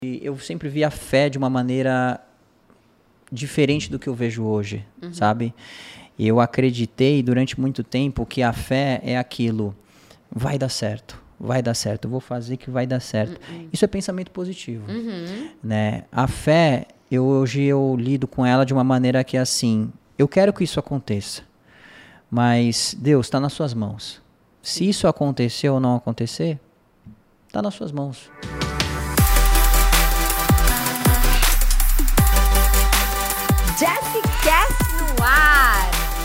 eu sempre vi a fé de uma maneira diferente do que eu vejo hoje, sabe? Eu acreditei durante muito tempo que a fé é aquilo, vai dar certo, eu vou fazer que vai dar certo. Isso é pensamento positivo, né? A fé, hoje eu lido com ela de uma maneira que é assim, eu quero que isso aconteça, mas Deus, está nas suas mãos. Se isso acontecer ou não acontecer, está nas suas mãos. JessiCast no ar!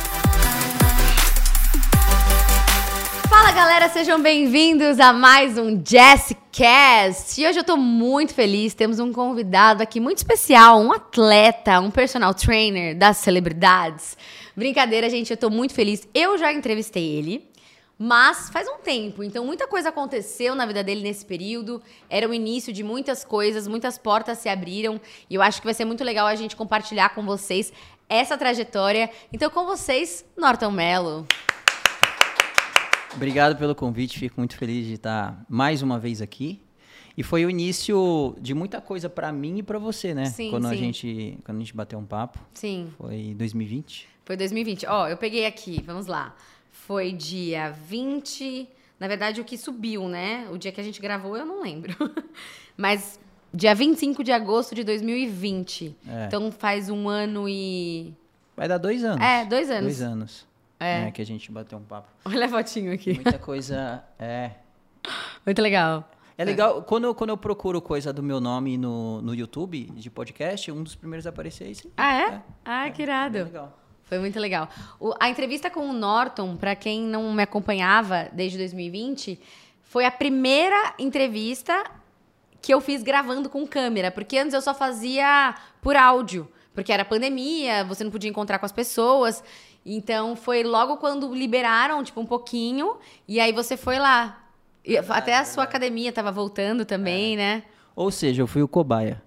Fala galera, sejam bem-vindos a mais um JessiCast. E hoje eu tô muito feliz, temos um convidado aqui muito especial, um atleta, um personal trainer das celebridades. Brincadeira, gente, eu tô muito feliz. Eu já entrevistei ele, mas faz um tempo, então muita coisa aconteceu na vida dele nesse período. Era o início de muitas coisas, muitas portas se abriram. E eu acho que vai ser muito legal a gente compartilhar com vocês essa trajetória. Então, com vocês, Norton Mello. Obrigado pelo convite, fico muito feliz de estar mais uma vez aqui. E foi o início de muita coisa para mim e para você, né? Sim, quando sim. a gente bateu um papo. Sim. Foi 2020. Foi 2020. Ó, eu peguei aqui, vamos lá. Foi dia 20... Na verdade, o que subiu, né? O dia que a gente gravou, eu não lembro. Mas dia 25 de agosto de 2020. É. Então, faz um ano e... Vai dar 2 anos. 2 anos. 2 anos. É. Que a gente bateu um papo. Olha a fotinho aqui. Muita coisa... Muito legal. É legal, quando eu procuro coisa do meu nome no YouTube, de podcast, um dos primeiros a aparecer é esse. Ah, é? Ah, que irado. É legal. Foi muito legal. A entrevista com o Norton, pra quem não me acompanhava desde 2020, foi a primeira entrevista que eu fiz gravando com câmera, porque antes eu só fazia por áudio, porque era pandemia, você não podia encontrar com as pessoas. Então foi logo quando liberaram, tipo, um pouquinho, e aí você foi lá. E até a sua academia tava voltando também, né? Ou seja, eu fui o cobaia.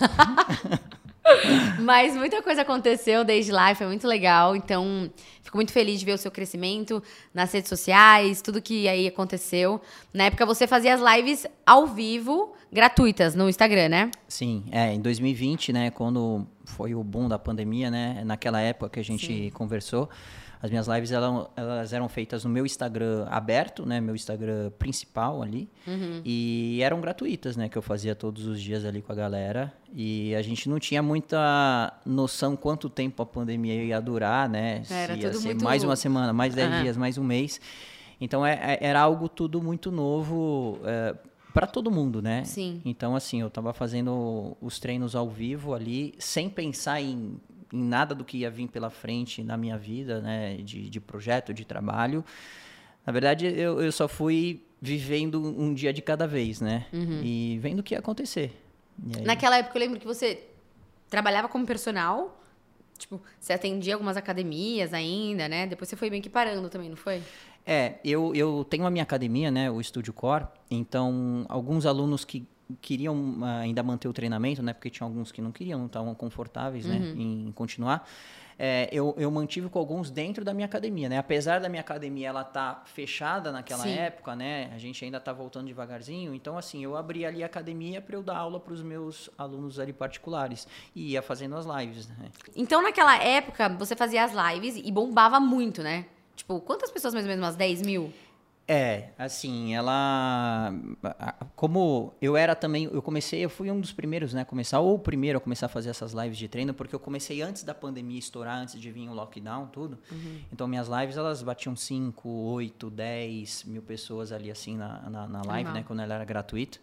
Mas muita coisa aconteceu desde lá e foi muito legal. Então, fico muito feliz de ver o seu crescimento nas redes sociais, tudo que aí aconteceu. Na época, você fazia as lives ao vivo, gratuitas, no Instagram, né? Sim, em 2020, né, quando foi o boom da pandemia, né, naquela época que a gente conversou, as minhas lives elas eram feitas no meu Instagram aberto, né, meu Instagram principal ali, e eram gratuitas, né, que eu fazia todos os dias ali com a galera, e a gente não tinha muita noção quanto tempo a pandemia ia durar, né, Era se ia tudo ser muito... mais uma semana, mais 10 dias, mais um mês. Então era algo tudo muito novo para todo mundo, né? Sim. Então, assim, eu tava fazendo os treinos ao vivo ali, sem pensar em nada do que ia vir pela frente na minha vida, né? De projeto, de trabalho. Na verdade, eu só fui vivendo um dia de cada vez, né? E vendo o que ia acontecer. E aí... Naquela época, eu lembro que você trabalhava como personal, tipo, você atendia algumas academias ainda, né? Depois você foi meio que parando também, não foi? Eu tenho a minha academia, né, o Estúdio Core, então alguns alunos que queriam ainda manter o treinamento, né, porque tinha alguns que não queriam, não estavam confortáveis, né, em continuar, eu mantive com alguns dentro da minha academia, né, apesar da minha academia ela tá fechada naquela época, né, a gente ainda tá voltando devagarzinho, então assim, eu abri ali a academia para eu dar aula para os meus alunos ali particulares e ia fazendo as lives, né. Então, naquela época, você fazia as lives e bombava muito, né? Tipo, quantas pessoas mais ou menos? Umas 10 mil? Assim, ela... Como eu era também... Eu fui um dos primeiros, né? O primeiro a começar a fazer essas lives de treino, porque eu comecei antes da pandemia estourar, antes de vir o lockdown, tudo. Então, minhas lives, elas batiam 5, 8, 10 mil pessoas ali, assim, na live, né? Quando ela era gratuita.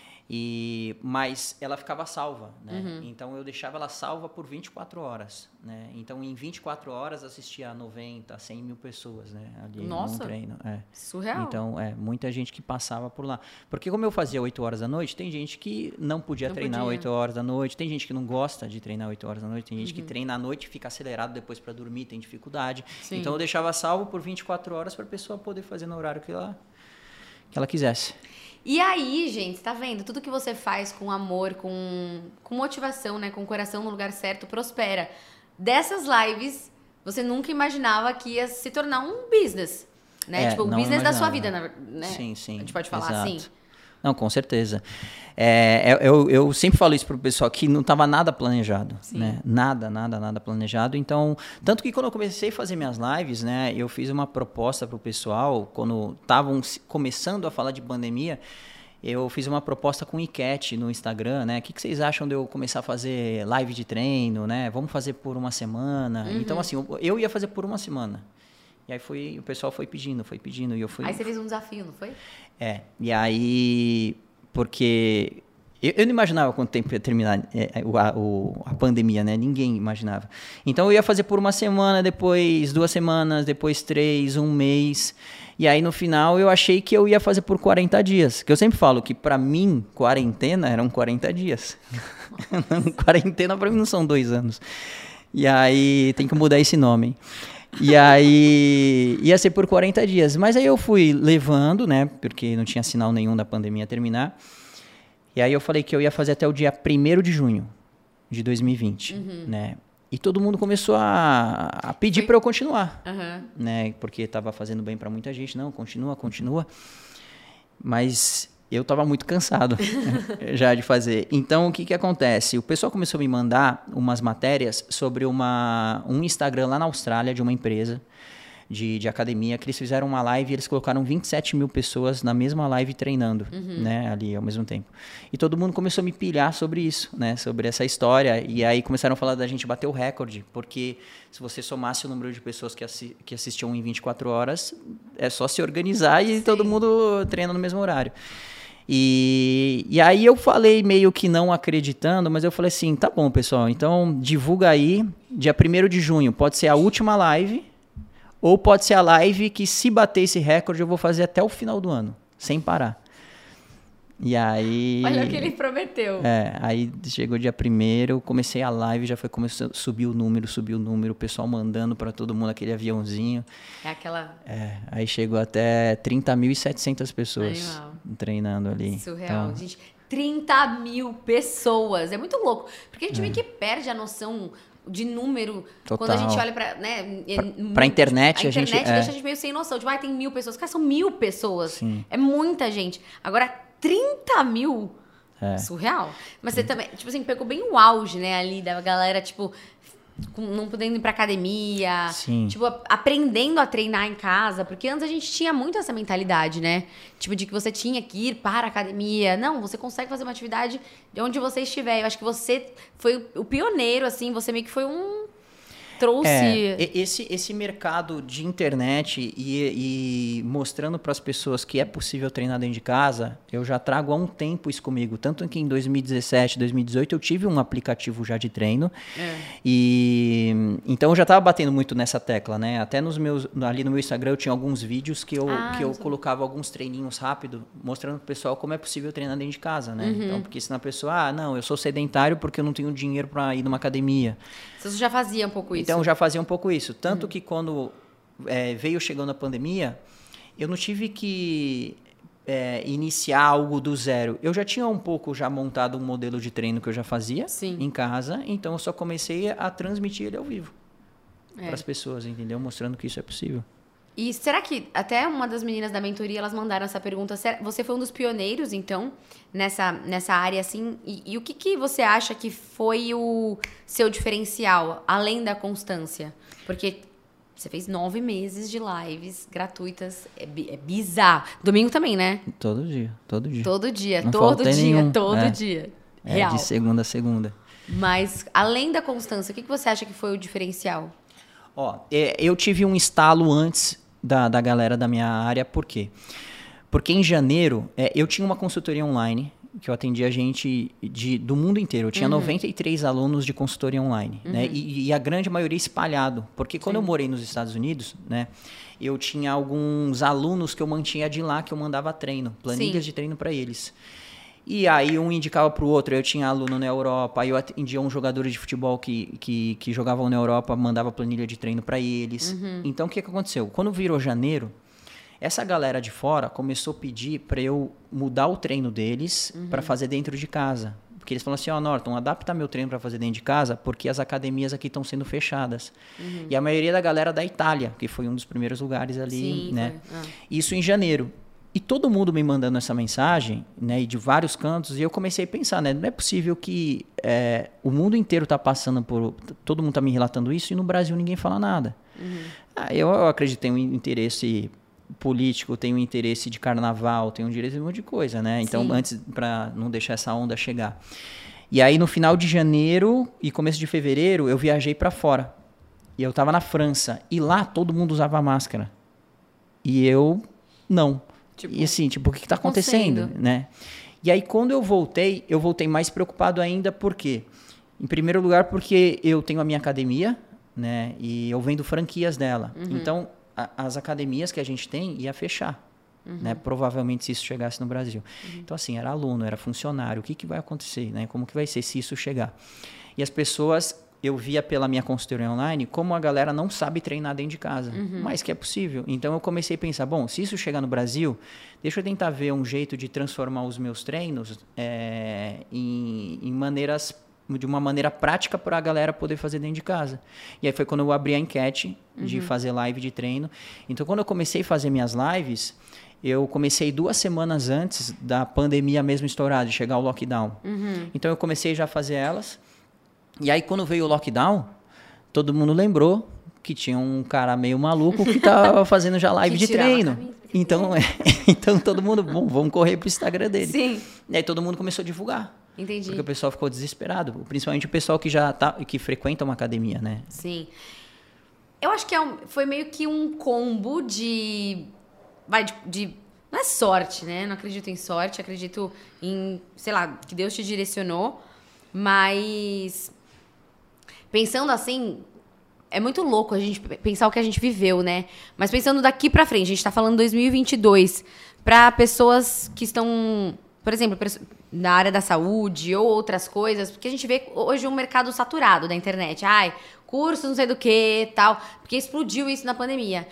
Mas ela ficava salva, né? Então eu deixava ela salva por 24 horas, né? Então em 24 horas assistia a 90, 100 mil pessoas, né? Ali Nossa, num treino. surreal. Então muita gente que passava por lá. Porque como eu fazia 8 horas da noite, tem gente que não podia treinar 8 horas da noite, tem gente que não gosta de treinar 8 horas da noite, tem gente que treina à noite e fica acelerado depois para dormir, tem dificuldade. Sim. Então eu deixava salvo por 24 horas para a pessoa poder fazer no horário que ela quisesse. E aí, gente, tá vendo? Tudo que você faz com amor, com motivação, né? Com o coração no lugar certo, prospera. Dessas lives, você nunca imaginava que ia se tornar um business, né? Tipo, o business da sua vida, né? Sim, sim. A gente pode falar exato. assim? Não, com certeza. Eu sempre falo isso pro pessoal, que não estava nada planejado, né? Nada planejado. Então, tanto que quando eu comecei a fazer minhas lives, né, eu fiz uma proposta pro pessoal, quando estavam começando a falar de pandemia, eu fiz uma proposta com enquete no Instagram, né? O que vocês acham de eu começar a fazer live de treino, né? Vamos fazer por uma semana. Então, assim, eu ia fazer por uma semana. E aí o pessoal foi pedindo, e eu fui... Aí você fez um desafio, não foi? E aí... Porque eu não imaginava quanto tempo ia terminar a pandemia, né? Ninguém imaginava. Então, eu ia fazer por uma semana, depois 2 semanas, depois 3, 1 mês. E aí, no final, eu achei que eu ia fazer por 40 dias. Que eu sempre falo que, pra mim, quarentena eram 40 dias. Quarentena, pra mim, não são 2 anos. E aí, tem que mudar esse nome. E aí, ia ser por 40 dias. Mas aí eu fui levando, né? Porque não tinha sinal nenhum da pandemia terminar. E aí eu falei que eu ia fazer até o dia 1º de junho de 2020, né? E todo mundo começou a pedir para eu continuar, né? Porque estava fazendo bem para muita gente. Não, continua. Mas eu estava muito cansado já de fazer. Então, o que acontece? O pessoal começou a me mandar umas matérias sobre um Instagram lá na Austrália de uma empresa de academia, que eles fizeram uma live e eles colocaram 27 mil pessoas na mesma live treinando, né, ali ao mesmo tempo. E todo mundo começou a me pilhar sobre isso, né, sobre essa história. E aí começaram a falar da gente bater o recorde, porque se você somasse o número de pessoas que assistiam em 24 horas, é só se organizar e todo mundo treina no mesmo horário. E aí eu falei meio que não acreditando, mas eu falei assim, tá bom, pessoal, então divulga aí, dia 1º de junho, pode ser a última live, ou pode ser a live que, se bater esse recorde, eu vou fazer até o final do ano, sem parar. E aí... Olha o que ele prometeu. Aí chegou dia 1º, comecei a live, começou a subir o número, o pessoal mandando para todo mundo aquele aviãozinho. Aí chegou até 30.700 pessoas treinando ali. Surreal, então... gente. 30 mil pessoas, é muito louco. Porque a gente meio que perde a noção... de número, total. Quando a gente olha pra, né, pra internet, a internet deixa a gente meio sem noção, tipo, tem 1.000 pessoas, cara, são 1.000 pessoas, Sim. É muita gente, agora 30 mil, surreal, mas você também, tipo assim, pegou bem o auge, né, ali da galera, tipo, não podendo ir pra academia, Sim. Tipo, aprendendo a treinar em casa, porque antes a gente tinha muito essa mentalidade, né, tipo, de que você tinha que ir para a academia, não, você consegue fazer uma atividade de onde você estiver, eu acho que você foi o pioneiro, assim, você meio que foi trouxe... Esse mercado de internet e mostrando para as pessoas que é possível treinar dentro de casa, eu já trago há um tempo isso comigo. Tanto que em 2017, 2018, eu tive um aplicativo já de treino. Então, eu já estava batendo muito nessa tecla, né? Até ali no meu Instagram, eu tinha alguns vídeos que eu colocava alguns treininhos rápidos, mostrando para o pessoal como é possível treinar dentro de casa, né? Então, porque senão a pessoa, não, eu sou sedentário porque eu não tenho dinheiro para ir numa academia. Você já fazia um pouco isso? Então, já fazia um pouco isso. Tanto que quando veio chegando a pandemia, eu não tive que iniciar algo do zero. Eu já tinha um pouco montado um modelo de treino que eu já fazia em casa, então eu só comecei a transmitir ele ao vivo para as pessoas, entendeu? Mostrando que isso é possível. E será que até uma das meninas da mentoria, elas mandaram essa pergunta, você foi um dos pioneiros, então, nessa área, assim, e o que você acha que foi o seu diferencial, além da constância? Porque você fez 9 meses de lives gratuitas, é bizarro. Domingo também, né? Todo dia. Não todo dia. Real. De segunda a segunda. Mas, além da constância, o que você acha que foi o diferencial? Eu tive um estalo antes da galera da minha área, por quê? Porque em janeiro, eu tinha uma consultoria online, que eu atendia gente do mundo inteiro. Eu tinha 93 alunos de consultoria online, né? E a grande maioria espalhado. Porque quando eu morei nos Estados Unidos, né, eu tinha alguns alunos que eu mantinha de lá, que eu mandava treino, planilhas de treino para eles. E aí um indicava para o outro, eu tinha aluno na Europa, aí eu atendia um jogador de futebol que jogavam na Europa, mandava planilha de treino para eles. Então, o que aconteceu? Quando virou janeiro, essa galera de fora começou a pedir para eu mudar o treino deles para fazer dentro de casa. Porque eles falaram assim, Norton, adapta meu treino para fazer dentro de casa, porque as academias aqui estão sendo fechadas. E a maioria da galera da Itália, que foi um dos primeiros lugares ali, né? Isso em janeiro. E todo mundo me mandando essa mensagem, né, e de vários cantos, e eu comecei a pensar, né, não é possível que o mundo inteiro está passando por... Todo mundo está me relatando isso e no Brasil ninguém fala nada. Eu acredito que tem um interesse político, tem um interesse de carnaval, tem um interesse de um monte de coisa, né? Então, Sim. antes, para não deixar essa onda chegar. E aí, no final de janeiro e começo de fevereiro, eu viajei para fora. E eu estava na França. E lá todo mundo usava máscara. E eu não. E assim, tipo, o que está acontecendo, né? E aí, quando eu voltei mais preocupado ainda, por quê? Em primeiro lugar, porque eu tenho a minha academia, né? E eu vendo franquias dela. Então, as academias que a gente tem ia fechar, né? Provavelmente, se isso chegasse no Brasil. Então, assim, era aluno, era funcionário. O que vai acontecer, né? Como que vai ser se isso chegar? E as pessoas... Eu via pela minha consultoria online como a galera não sabe treinar dentro de casa, mas que é possível. Então eu comecei a pensar, bom, se isso chegar no Brasil, deixa eu tentar ver um jeito de transformar os meus treinos em maneiras, de uma maneira prática para a galera poder fazer dentro de casa. E aí foi quando eu abri a enquete de fazer live de treino. Então quando eu comecei a fazer minhas lives, eu comecei 2 semanas antes da pandemia mesmo estourar, de chegar o lockdown. Então eu comecei já a fazer elas. E aí, quando veio o lockdown, todo mundo lembrou que tinha um cara meio maluco que estava fazendo já live de treino. Então, então, todo mundo, bom, vamos correr pro Instagram dele. Sim. E aí, todo mundo começou a divulgar. Entendi. Porque o pessoal ficou desesperado. Principalmente o pessoal que já que frequenta uma academia, né? Sim. Eu acho que foi meio que um combo de não é sorte, né? Não acredito em sorte, acredito em, sei lá, que Deus te direcionou. Mas... Pensando assim, é muito louco a gente pensar o que a gente viveu, né? Mas pensando daqui pra frente, a gente tá falando 2022, pra pessoas que estão, por exemplo, na área da saúde ou outras coisas, porque a gente vê hoje um mercado saturado da internet. Ai, curso não sei do que, tal, porque explodiu isso na pandemia.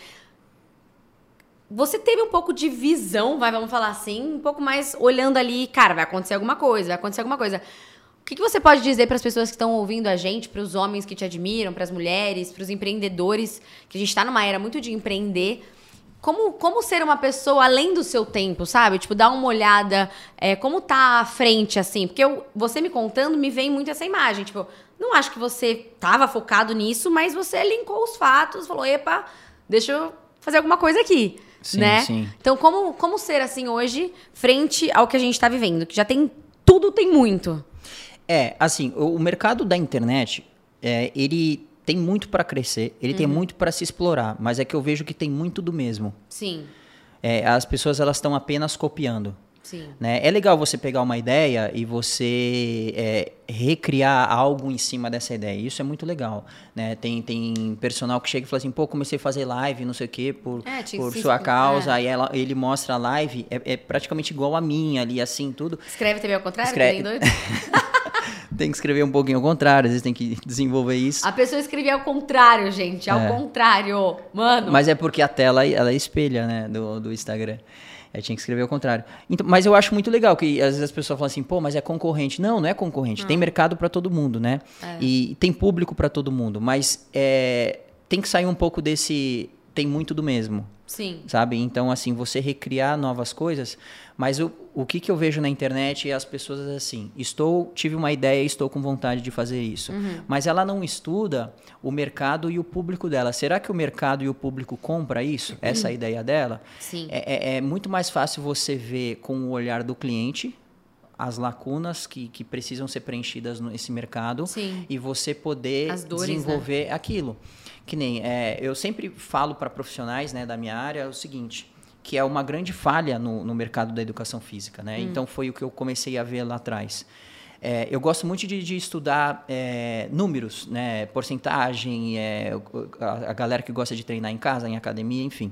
Você teve um pouco de visão, vamos falar assim, um pouco mais olhando ali, cara, vai acontecer alguma coisa, vai acontecer alguma coisa. O que você pode dizer para as pessoas que estão ouvindo a gente, para os homens que te admiram, para as mulheres, para os empreendedores, que a gente está numa era muito de empreender, como ser uma pessoa além do seu tempo, sabe? Tipo, dar uma olhada, como tá à frente, assim. Porque você me contando, me vem muito essa imagem. Tipo, não acho que você tava focado nisso, mas você linkou os fatos, falou, epa, deixa eu fazer alguma coisa aqui, sim, né? Sim. Então, como ser assim hoje, frente ao que a gente tá vivendo? Que já tem tudo, tem muito. Assim, o mercado da internet, ele tem muito para crescer, ele tem muito para se explorar, mas é que eu vejo que tem muito do mesmo. Sim. As pessoas, elas estão apenas copiando. Sim. Né? É legal você pegar uma ideia e você recriar algo em cima dessa ideia. Isso é muito legal. Né? Tem personal que chega e fala assim, pô, comecei a fazer live, não sei o quê, por sua causa. Aí ele mostra a live, é praticamente igual a minha ali, assim, tudo. Escreve também ao contrário? Que doido. Tem que escrever um pouquinho ao contrário, às vezes tem que desenvolver isso. A pessoa escrevia ao contrário, gente, ao contrário, mano. Mas é porque a tela, ela espelha, né, do Instagram. Eu tinha que escrever ao contrário. Então, mas eu acho muito legal que às vezes as pessoas falam assim, pô, mas é concorrente. Não, não é concorrente. Tem mercado para todo mundo, né? E tem público para todo mundo. Mas tem que sair um pouco desse... Tem muito do mesmo. Sim. Sabe? Então, assim, você recriar novas coisas. Mas o que eu vejo na internet é as pessoas assim, tive uma ideia e estou com vontade de fazer isso. Mas ela não estuda o mercado e o público dela. Será que o mercado e o público compra isso? Essa ideia dela? Sim. É muito mais fácil você ver com o olhar do cliente as lacunas que precisam ser preenchidas nesse mercado. Sim. E você poder desenvolver aquilo. Que nem, eu sempre falo para profissionais, né, da minha área o seguinte, que é uma grande falha no mercado da educação física, né? Então foi o que eu comecei a ver lá atrás. Eu gosto muito de estudar números, né, porcentagem, a galera que gosta de treinar em casa, em academia, enfim.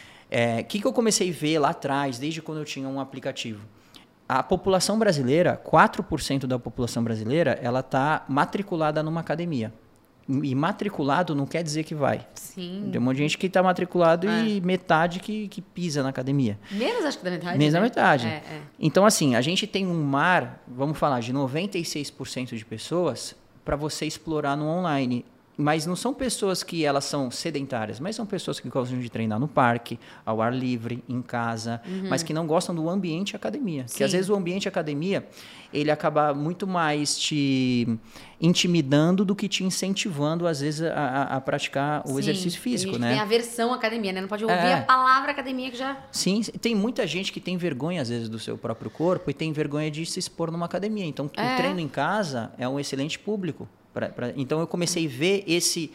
O que eu comecei a ver lá atrás, desde quando eu tinha um aplicativo? A população brasileira, 4% da população brasileira, ela está matriculada numa academia. E matriculado não quer dizer que vai. Sim. Tem um monte de gente que está matriculado e metade que pisa na academia. Menos, acho que da metade. Menos da né? metade. Então, assim, a gente tem um mar, vamos falar, de 96% de pessoas para você explorar no online. Mas não são pessoas que elas são sedentárias, mas são pessoas que gostam de treinar no parque, ao ar livre, em casa, mas que não gostam do ambiente academia. Porque às vezes o ambiente academia, ele acaba muito mais te intimidando do que te incentivando, às vezes, a praticar o exercício físico, né? Tem a versão academia, né? Não pode ouvir a palavra academia que já... Sim, tem muita gente que tem vergonha, às vezes, do seu próprio corpo e tem vergonha de se expor numa academia. Então, o treino em casa é um excelente público. Então, eu comecei a ver esse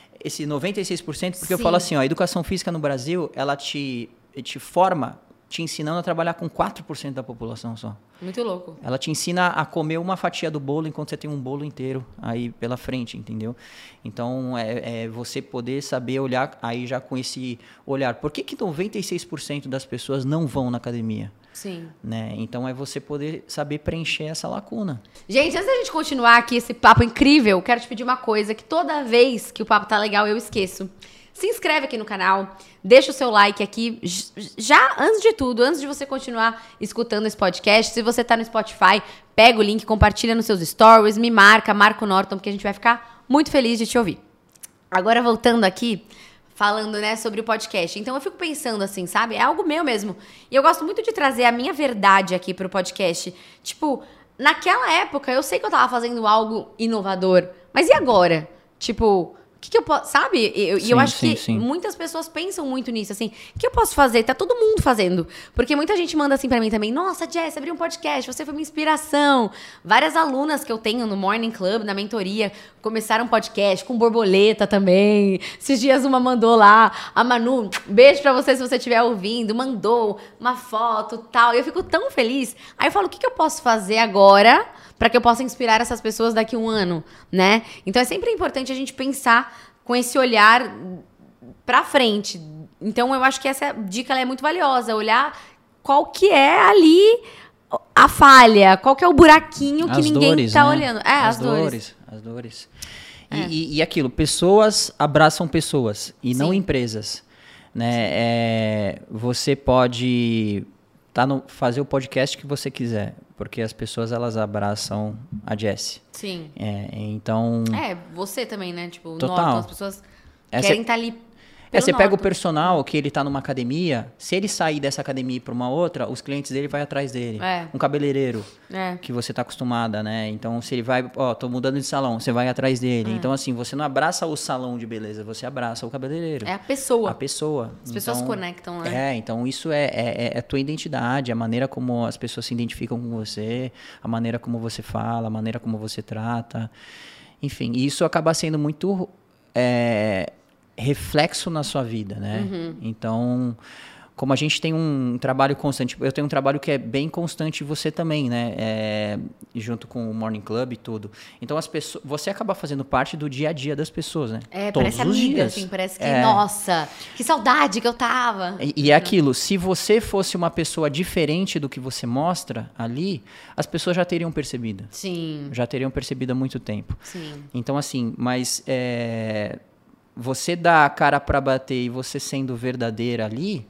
96%, porque eu falo assim, ó, a educação física no Brasil, ela te forma, te ensinando a trabalhar com 4% da população só. Muito louco. Ela te ensina a comer uma fatia do bolo enquanto você tem um bolo inteiro aí pela frente, entendeu? Então, é você poder saber olhar aí já com esse olhar. Por que 96% das pessoas não vão na academia? Sim. Né? Então, é você poder saber preencher essa lacuna. Gente, antes da gente continuar aqui esse papo incrível, quero te pedir uma coisa que toda vez que o papo tá legal eu esqueço. Se inscreve aqui no canal, deixa o seu like aqui. Já, antes de tudo, antes de você continuar escutando esse podcast, se você tá no Spotify, pega o link, compartilha nos seus stories, me marca o Norton, porque a gente vai ficar muito feliz de te ouvir. Agora, voltando aqui, falando, né, sobre o podcast. Então, eu fico pensando assim, sabe? É algo meu mesmo. E eu gosto muito de trazer a minha verdade aqui pro podcast. Tipo, naquela época, eu sei que eu tava fazendo algo inovador, mas e agora? Tipo... O que eu posso, sabe? E eu acho que muitas pessoas pensam muito nisso, assim, o que eu posso fazer? Tá todo mundo fazendo. Porque muita gente manda assim pra mim também, nossa, Jess, abri um podcast, você foi uma inspiração. Várias alunas que eu tenho no Morning Club, na mentoria, começaram um podcast com borboleta também. Esses dias uma mandou lá, a Manu, beijo pra você se você estiver ouvindo, mandou uma foto e tal. E eu fico tão feliz. Aí eu falo, o que eu posso fazer agora para que eu possa inspirar essas pessoas daqui a um ano, né? Então é sempre importante a gente pensar com esse olhar pra frente. Então eu acho que essa dica ela é muito valiosa, olhar qual que é ali a falha, qual que é o buraquinho que ninguém dores, tá olhando. As dores. E aquilo, pessoas abraçam pessoas e não empresas, né? Você pode fazer o podcast que você quiser, porque as pessoas, elas abraçam a Jessie. Sim. Então... você também, né? Tipo, total. Norton, as pessoas querem estar ali você pega o personal que ele tá numa academia, se ele sair dessa academia e ir pra uma outra, os clientes dele vai atrás dele. Um cabeleireiro, que você tá acostumada, né? Então, se ele vai, tô mudando de salão, você vai atrás dele. Então, assim, você não abraça o salão de beleza, você abraça o cabeleireiro. É a pessoa. A pessoa. As pessoas se conectam, né? Então isso é a tua identidade, a maneira como as pessoas se identificam com você, a maneira como você fala, a maneira como você trata. Enfim, isso acaba sendo muito... reflexo na sua vida, né? Então, como a gente tem um trabalho constante, eu tenho um trabalho que é bem constante, você também, né? Junto com o Morning Club e tudo. Então, as pessoas, você acaba fazendo parte do dia a dia das pessoas, né? Todos parece os amiga, dias. assim, parece que, nossa, que saudade que eu tava. E é aquilo, se você fosse uma pessoa diferente do que você mostra ali, as pessoas já teriam percebido. Sim. Já teriam percebido há muito tempo. Sim. Então, assim, mas... você dá a cara para bater e você sendo verdadeira ali,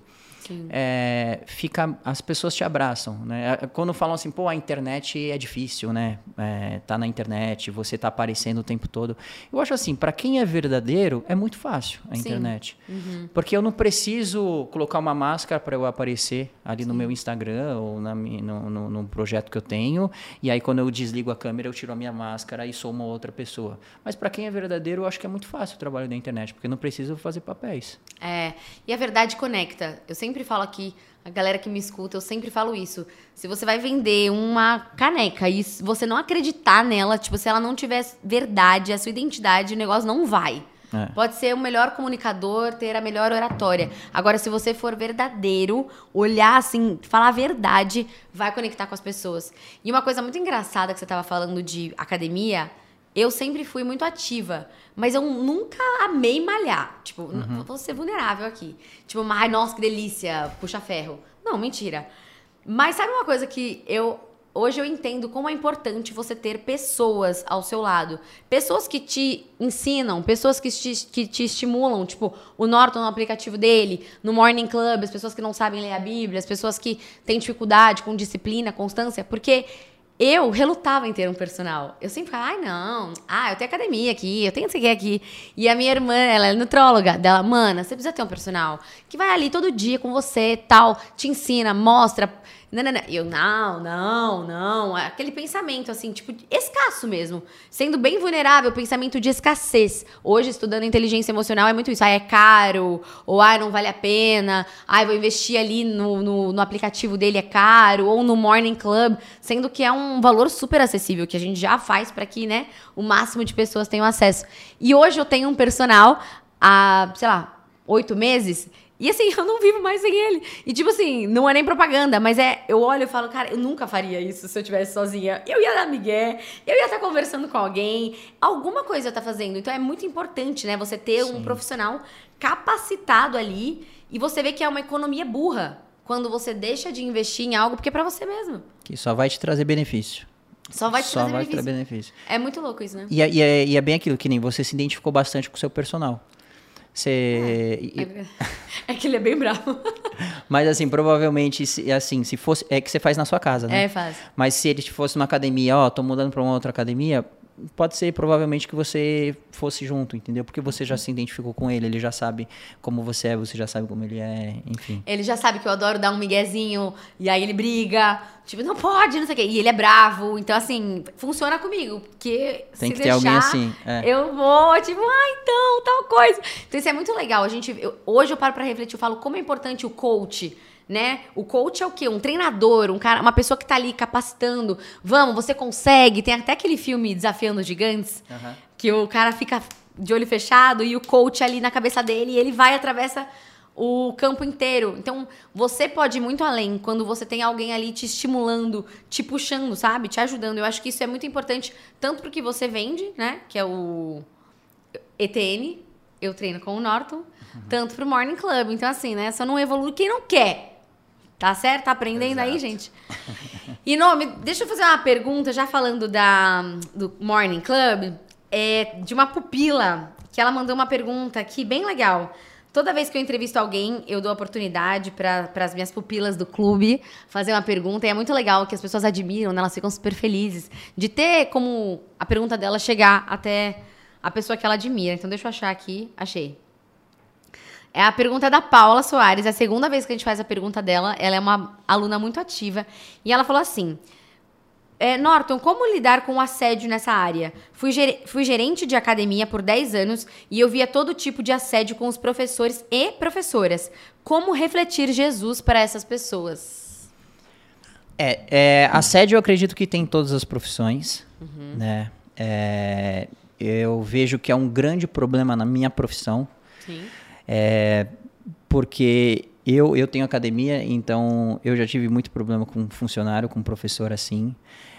as pessoas te abraçam, né? Quando falam assim, a internet é difícil, né? Tá na internet, você tá aparecendo o tempo todo. Eu acho assim, para quem é verdadeiro, é muito fácil a internet. Porque eu não preciso colocar uma máscara para eu aparecer ali no meu Instagram ou no projeto que eu tenho. E aí, quando eu desligo a câmera, eu tiro a minha máscara e sou uma outra pessoa. Mas para quem é verdadeiro, eu acho que é muito fácil o trabalho da internet, porque eu não preciso fazer papéis. E a verdade conecta. Eu sempre falo aqui, a galera que me escuta, eu sempre falo isso. Se você vai vender uma caneca e você não acreditar nela, tipo, se ela não tiver verdade, a sua identidade, o negócio não vai. Pode ser o melhor comunicador, ter a melhor oratória. Agora, se você for verdadeiro, olhar assim, falar a verdade, vai conectar com as pessoas. E uma coisa muito engraçada que você estava falando de academia, eu sempre fui muito ativa, mas eu nunca amei malhar. Tipo, vou ser vulnerável aqui. Tipo, nossa, que delícia, puxa ferro. Não, mentira. Mas sabe uma coisa que hoje eu entendo como é importante você ter pessoas ao seu lado. Pessoas que te ensinam, pessoas que te estimulam. Tipo, o Norton no aplicativo dele, no Morning Club, as pessoas que não sabem ler a Bíblia, as pessoas que têm dificuldade com disciplina, constância. Porque eu relutava em ter um personal. Eu sempre falava, não, eu tenho academia aqui, eu tenho não sei o que aqui. E a minha irmã, ela é nutróloga, dela, mana, você precisa ter um personal que vai ali todo dia com você, tal, te ensina, mostra. Não. Eu, não. Aquele pensamento, assim, tipo, escasso mesmo. Sendo bem vulnerável, pensamento de escassez. Hoje, estudando inteligência emocional, é muito isso. É caro, ou não vale a pena. Vou investir ali no aplicativo dele, é caro. Ou no Morning Club, sendo que é um valor super acessível, que a gente já faz para que, né, o máximo de pessoas tenham acesso. E hoje eu tenho um personal há, sei lá, 8 meses... E assim, eu não vivo mais sem ele. E tipo assim, não é nem propaganda, mas eu olho e falo, cara, eu nunca faria isso se eu estivesse sozinha. Eu ia dar migué, eu ia estar conversando com alguém, alguma coisa eu estar fazendo. Então é muito importante, né, você ter um profissional capacitado ali e você vê que é uma economia burra quando você deixa de investir em algo porque é pra você mesmo. Que só vai te trazer benefício. Só vai te trazer benefício. É muito louco isso, né? E é bem aquilo, que nem você se identificou bastante com o seu personal. É que ele é bem bravo. Mas assim, provavelmente, se fosse... É que você faz na sua casa, né? Faz. Mas se ele fosse numa academia, tô mudando pra uma outra academia... Pode ser, provavelmente, que você fosse junto, entendeu? Porque você já se identificou com ele, ele já sabe como você é, você já sabe como ele é, enfim. Ele já sabe que eu adoro dar um miguezinho, e aí ele briga, tipo, não pode, não sei o quê. E ele é bravo, então, assim, funciona comigo, porque tem que ter alguém assim. Eu vou, tipo, então, tal coisa. Então, isso é muito legal. Hoje eu paro pra refletir, eu falo como é importante o coach, né? O coach é o quê? Um treinador, uma pessoa que tá ali capacitando. Vamos, você consegue. Tem até aquele filme Desafiando os Gigantes, que o cara fica de olho fechado e o coach ali na cabeça dele e ele vai e atravessa o campo inteiro. Então, você pode ir muito além quando você tem alguém ali te estimulando, te puxando, sabe? Te ajudando. Eu acho que isso é muito importante, tanto pro que você vende, né? Que é o ETN, eu treino com o Norton, tanto pro Morning Club. Então, assim, né? Só não evolui quem não quer. Tá certo? Tá aprendendo aí, gente? E, deixa eu fazer uma pergunta, já falando do Morning Club, de uma pupila, que ela mandou uma pergunta aqui bem legal. Toda vez que eu entrevisto alguém, eu dou a oportunidade para as minhas pupilas do clube fazer uma pergunta. E é muito legal que as pessoas admiram, né? Elas ficam super felizes de ter como a pergunta dela chegar até a pessoa que ela admira. Então, deixa eu achar aqui. Achei. É a pergunta da Paula Soares. É a segunda vez que a gente faz a pergunta dela. Ela é uma aluna muito ativa. E ela falou assim... Norton, como lidar com o assédio nessa área? Fui gerente de academia por 10 anos e eu via todo tipo de assédio com os professores e professoras. Como refletir Jesus para essas pessoas? Assédio eu acredito que tem em todas as profissões. Né? Eu vejo que é um grande problema na minha profissão. Sim. Porque eu tenho academia, então eu já tive muito problema com funcionário, com professor assim.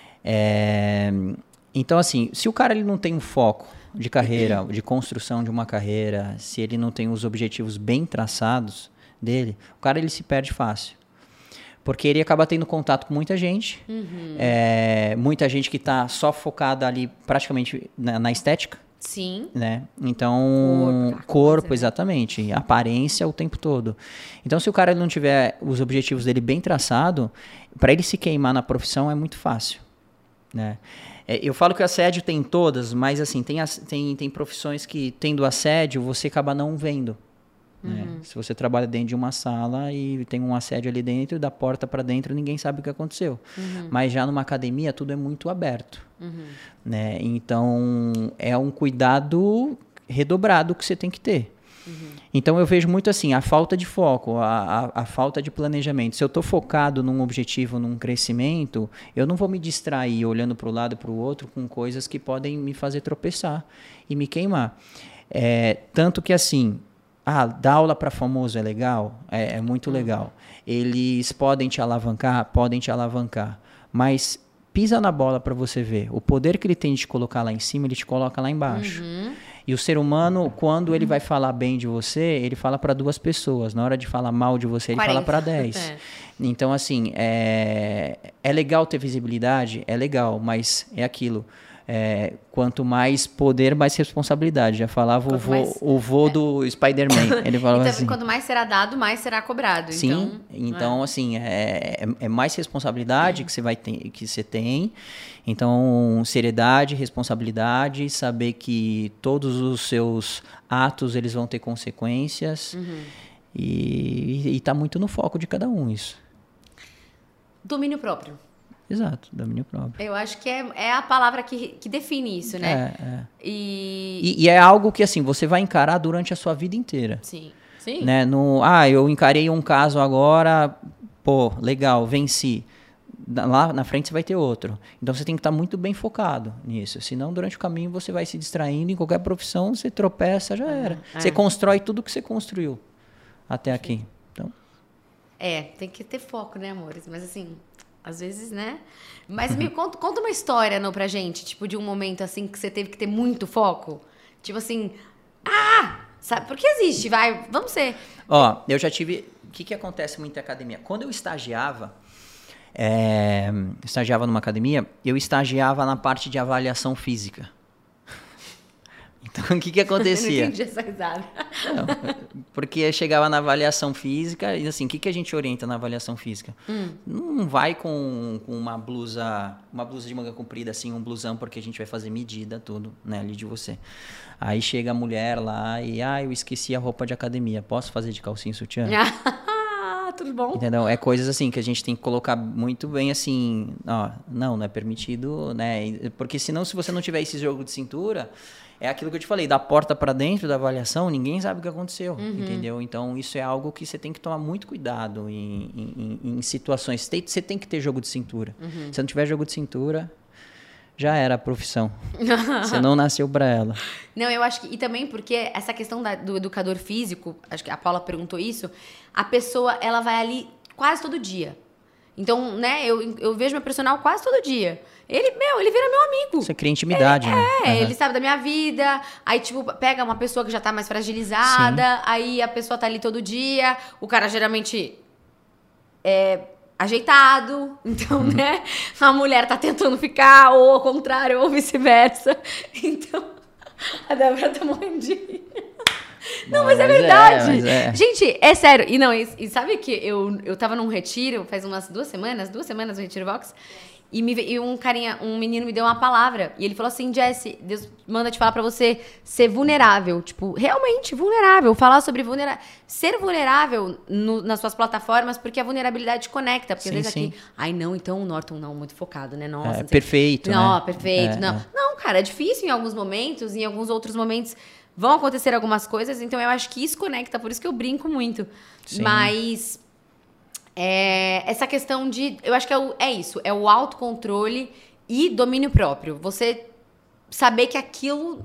Então, assim, se o cara ele não tem um foco de carreira, de construção de uma carreira, se ele não tem os objetivos bem traçados dele, o cara ele se perde fácil. Porque ele acaba tendo contato com muita gente, muita gente que está só focada ali praticamente na estética. Sim. Né? Então, corpo, exatamente. Aparência o tempo todo. Então, se o cara ele não tiver os objetivos dele bem traçado, para ele se queimar na profissão é muito fácil. Né? Eu falo que o assédio tem todas, mas assim, tem profissões que, tendo assédio, você acaba não vendo. Né? Se você trabalha dentro de uma sala e tem um assédio ali dentro, da porta para dentro, ninguém sabe o que aconteceu. Mas já numa academia, tudo é muito aberto. Né? Então, é um cuidado redobrado que você tem que ter. Então, eu vejo muito assim, a falta de foco, a falta de planejamento. Se eu estou focado num objetivo, num crescimento, eu não vou me distrair olhando para o lado e para o outro com coisas que podem me fazer tropeçar e me queimar. Tanto que assim... dar aula para famoso é legal? É muito legal. Eles podem te alavancar? Podem te alavancar. Mas pisa na bola para você ver. O poder que ele tem de te colocar lá em cima, ele te coloca lá embaixo. E o ser humano, quando ele vai falar bem de você, ele fala para 2 pessoas. Na hora de falar mal de você, ele 40. fala para 10. Então, assim, é legal ter visibilidade? É legal, mas é aquilo. quanto mais poder, mais responsabilidade. Já falava o vô do Spider-Man. Ele falava então, assim. Quanto mais será dado, mais será cobrado. Sim, então assim, é mais responsabilidade que você tem. Então, seriedade, responsabilidade, saber que todos os seus atos eles vão ter consequências. E tá muito no foco de cada um isso. Domínio próprio. Exato, domínio próprio. Eu acho que é a palavra que define isso, né? E é algo que, assim, você vai encarar durante a sua vida inteira. Sim. Né? Eu encarei um caso agora, pô, legal, venci. Lá na frente você vai ter outro. Então você tem que estar muito bem focado nisso. Senão, durante o caminho, você vai se distraindo. Em qualquer profissão, você tropeça, já era. Você constrói tudo que você construiu até aqui. Então. Tem que ter foco, né, amores? Mas assim... Às vezes, né? Mas me conta uma história, não, pra gente, tipo, de um momento assim que você teve que ter muito foco. Tipo assim, sabe? Porque existe, vamos ser. Eu já tive. O que acontece muito na academia? Quando eu estagiava numa academia, eu estagiava na parte de avaliação física. Então, o que acontecia? Eu não entendi essa risada. Porque chegava na avaliação física e assim, o que a gente orienta na avaliação física? Não vai com uma blusa de manga comprida, assim, um blusão, porque a gente vai fazer medida, tudo, né, ali de você. Aí chega a mulher lá e, eu esqueci a roupa de academia, posso fazer de calcinha e sutiã? Tudo bom? Entendeu? É coisas assim que a gente tem que colocar muito bem assim, não é permitido, né? Porque senão, se você não tiver esse jogo de cintura, é aquilo que eu te falei, da porta para dentro da avaliação, ninguém sabe o que aconteceu, entendeu? Então, isso é algo que você tem que tomar muito cuidado em situações. Você tem que ter jogo de cintura. Se não tiver jogo de cintura, já era a profissão. Você não nasceu para ela. Não, eu acho que... E também porque essa questão do educador físico, acho que a Paula perguntou isso, a pessoa, ela vai ali quase todo dia. Então, né, eu vejo meu personal quase todo dia. Ele vira meu amigo. Você cria intimidade, né? Ele sabe da minha vida. Aí, tipo, pega uma pessoa que já tá mais fragilizada. Sim. Aí a pessoa tá ali todo dia. O cara geralmente é ajeitado. Então, né? A mulher tá tentando ficar, ou ao contrário, ou vice-versa. Então, a Débora tá morrendo de rir. Não, mas é verdade. Gente, é sério. E sabe que eu tava num retiro, faz umas 2 semanas no Retiro Vox, e um menino me deu uma palavra, e ele falou assim, Jessie, Deus manda te falar pra você ser vulnerável, tipo, realmente vulnerável, falar sobre ser vulnerável nas suas plataformas, porque a vulnerabilidade conecta, porque às vezes aqui, não, então o Norton não, muito focado, né, nossa. Perfeito, não, né? Perfeito, não. Não, cara, é difícil em alguns momentos, em alguns outros momentos vão acontecer algumas coisas, então eu acho que isso conecta, por isso que eu brinco muito. Sim. Mas essa questão de... Eu acho que é isso, é o autocontrole e domínio próprio. Você saber que aquilo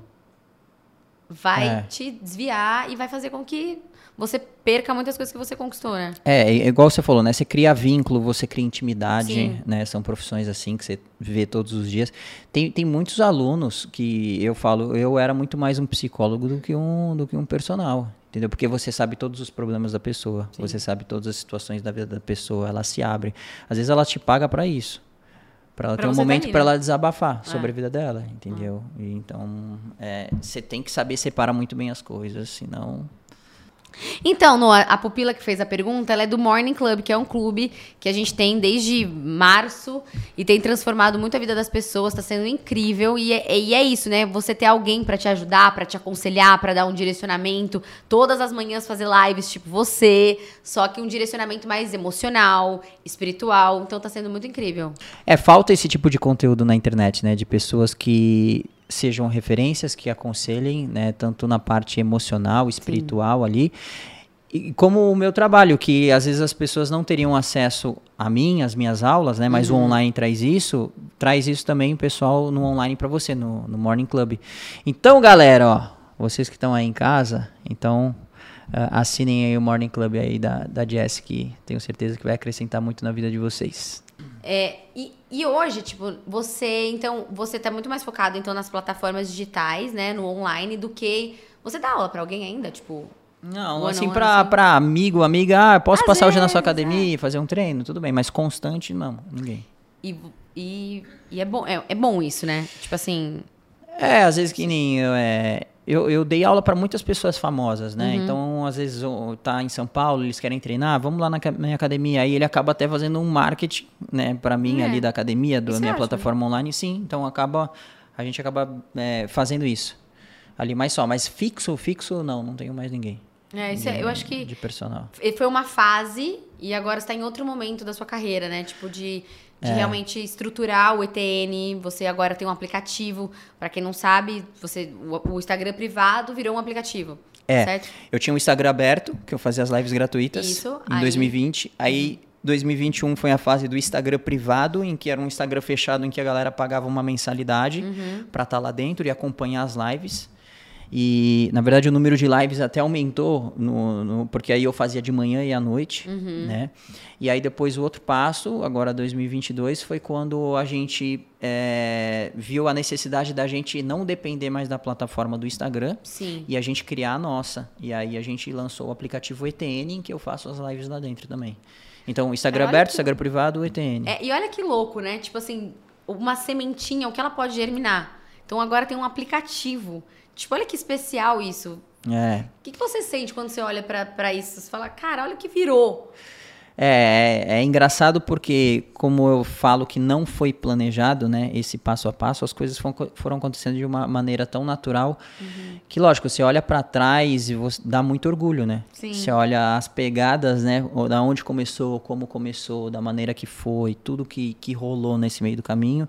vai te desviar e vai fazer com que você perca muitas coisas que você conquistou, né? Igual você falou, né? Você cria vínculo, você cria intimidade, sim, né? São profissões assim que você vê todos os dias. Tem muitos alunos que eu falo, eu era muito mais um psicólogo do que um personal, entendeu? Porque você sabe todos os problemas da pessoa, sim, você sabe todas as situações da vida da pessoa, ela se abre. Às vezes ela te paga para isso. Para ela ter um momento para ela desabafar sobre a vida dela, entendeu? E então, você tem que saber separar muito bem as coisas, senão... Então, Noah, a pupila que fez a pergunta, ela é do Morning Club, que é um clube que a gente tem desde março e tem transformado muito a vida das pessoas, tá sendo incrível. E é isso, né? Você ter alguém pra te ajudar, pra te aconselhar, pra dar um direcionamento. Todas as manhãs fazer lives, tipo você, só que um direcionamento mais emocional, espiritual. Então tá sendo muito incrível. Falta esse tipo de conteúdo na internet, né? De pessoas que sejam referências, que aconselhem, né, tanto na parte emocional, espiritual, sim, ali, e como o meu trabalho, que às vezes as pessoas não teriam acesso a mim, às minhas aulas, né, mas o online traz isso também, pessoal, no online para você, no Morning Club. Então, galera, vocês que estão aí em casa, então assinem aí o Morning Club aí da Jessie, que tenho certeza que vai acrescentar muito na vida de vocês. E hoje, tipo, você tá muito mais focado, então, nas plataformas digitais, né, no online, do que... Você dá aula pra alguém ainda, tipo... Não, assim, pra amigo, amiga, posso passar hoje na sua academia e fazer um treino, tudo bem, mas constante, não, ninguém. E é bom isso, né? Tipo assim... Às vezes que nem eu dei aula para muitas pessoas famosas, né? Então, às vezes, tá em São Paulo, eles querem treinar, vamos lá na minha academia. Aí ele acaba até fazendo um marketing, né, para mim ali da academia, da minha plataforma online, sim. Então, a gente acaba fazendo isso ali, mas fixo, não tenho mais ninguém. Eu acho que de personal. Foi uma fase e agora você está em outro momento da sua carreira, né? Tipo, de realmente estruturar o ETN. Você agora tem um aplicativo. Para quem não sabe, o Instagram privado virou um aplicativo. Certo? Eu tinha um Instagram aberto, que eu fazia as lives gratuitas. Isso, em 2020. Aí 2021 foi a fase do Instagram privado, em que era um Instagram fechado, em que a galera pagava uma mensalidade para estar lá dentro e acompanhar as lives. E, na verdade, o número de lives até aumentou, porque aí eu fazia de manhã e à noite, né? E aí depois o outro passo, agora 2022, foi quando a gente viu a necessidade da gente não depender mais da plataforma do Instagram. Sim. E a gente criar a nossa. E aí a gente lançou o aplicativo ETN, em que eu faço as lives lá dentro também. Então, Instagram aberto, Instagram privado, ETN. E olha que louco, né? Tipo assim, uma sementinha, o que ela pode germinar. Então, agora tem um aplicativo. Tipo, olha que especial isso. O que você sente quando você olha pra isso? Você fala, cara, olha o que virou. É engraçado porque, como eu falo que não foi planejado, né, esse passo a passo, as coisas foram acontecendo de uma maneira tão natural que, lógico, você olha para trás e dá muito orgulho, né? Sim. Você olha as pegadas, né, da onde começou, como começou, da maneira que foi, tudo que rolou nesse meio do caminho.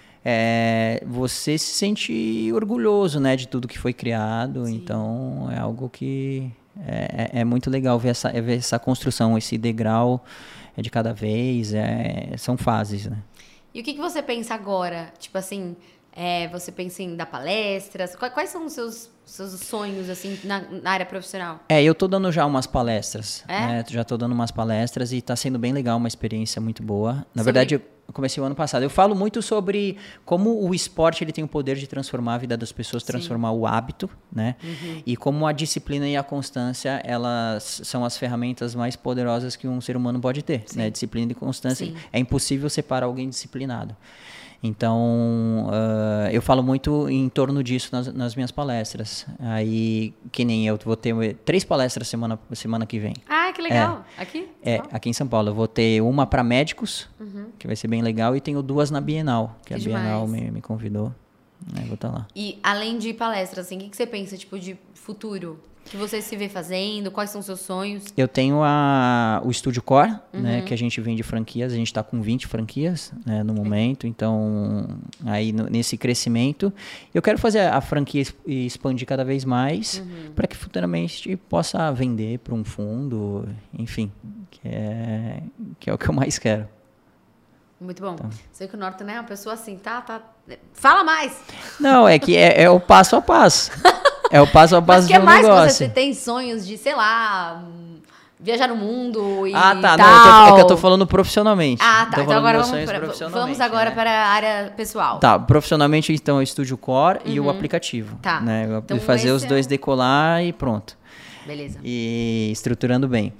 Você se sente orgulhoso, né, de tudo que foi criado. Sim. Então é algo que é muito legal ver essa construção, esse degrau de cada vez. São fases, né? E o que você pensa agora? Tipo assim, você pensa em dar palestras? Quais são os seus sonhos assim na área profissional? Eu tô dando já umas palestras. Né? Já tô dando umas palestras e tá sendo bem legal, uma experiência muito boa. Na verdade, eu comecei o ano passado. Eu falo muito sobre como o esporte ele tem o poder de transformar a vida das pessoas, transformar o hábito, né? E como a disciplina e a constância, elas são as ferramentas mais poderosas que um ser humano pode ter, né? Disciplina e constância. Sim. É impossível separar alguém disciplinado. Então, eu falo muito em torno disso nas minhas palestras. Aí, que nem eu vou ter 3 palestras semana que vem. Ah, que legal. Aqui? Aqui em São Paulo. Eu vou ter uma para médicos, que vai ser bem legal, e tenho 2 na Bienal, que a Bienal me convidou. Vou estar lá. E além de palestras, assim, o que você pensa, tipo, de futuro? O que você se vê fazendo? Quais são os seus sonhos? Eu tenho o Estúdio Core, né, que a gente vende franquias. A gente está com 20 franquias, né, no momento. Então, aí nesse crescimento, eu quero fazer a franquia expandir cada vez mais para que futuramente possa vender para um fundo, enfim, que é o que eu mais quero. Muito bom. Então. Sei que o Norton é uma pessoa assim, tá. Fala mais! Não, é que é o passo a passo. É o passo a passo de um negócio. Mas que mais você tem sonhos de, sei lá, viajar no mundo e tá. tal? Não, é que eu tô falando profissionalmente. Tá. Então agora vamos agora para a área pessoal. Tá, profissionalmente, então, o Estúdio Core e o aplicativo. Tá. Né? Então, fazer os dois decolar e pronto. Beleza. E estruturando bem.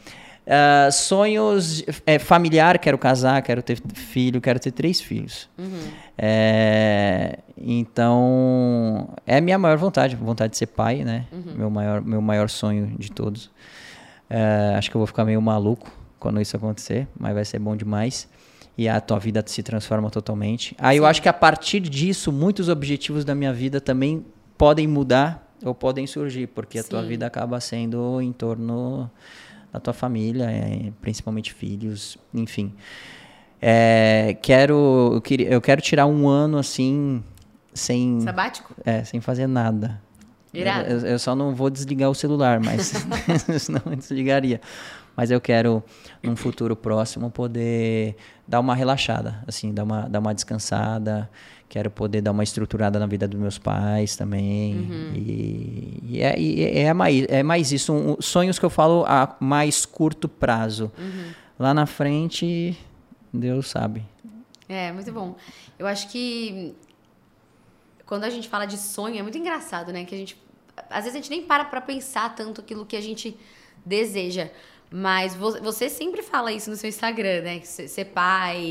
Sonhos familiar, quero casar, quero ter filho, quero ter 3 filhos. Então, é a minha maior vontade de ser pai, né? Meu maior sonho de todos. Acho que eu vou ficar meio maluco quando isso acontecer, mas vai ser bom demais. E a tua vida se transforma totalmente. Aí eu acho que a partir disso, muitos objetivos da minha vida também podem mudar ou podem surgir, porque a tua vida acaba sendo em torno da tua família, principalmente filhos, enfim. Eu quero tirar um ano assim, sem... Sabático? Sem fazer nada. Irado. Eu só não vou desligar o celular, mas senão eu desligaria. Mas eu quero, num futuro próximo, poder dar uma relaxada, assim, dar uma descansada. Quero poder dar uma estruturada na vida dos meus pais também. É mais isso. Sonhos que eu falo a mais curto prazo. Lá na frente, Deus sabe. Muito bom. Eu acho que quando a gente fala de sonho, é muito engraçado, né? Que às vezes a gente nem para pensar tanto aquilo que a gente deseja. Mas você sempre fala isso no seu Instagram, né? Ser pai,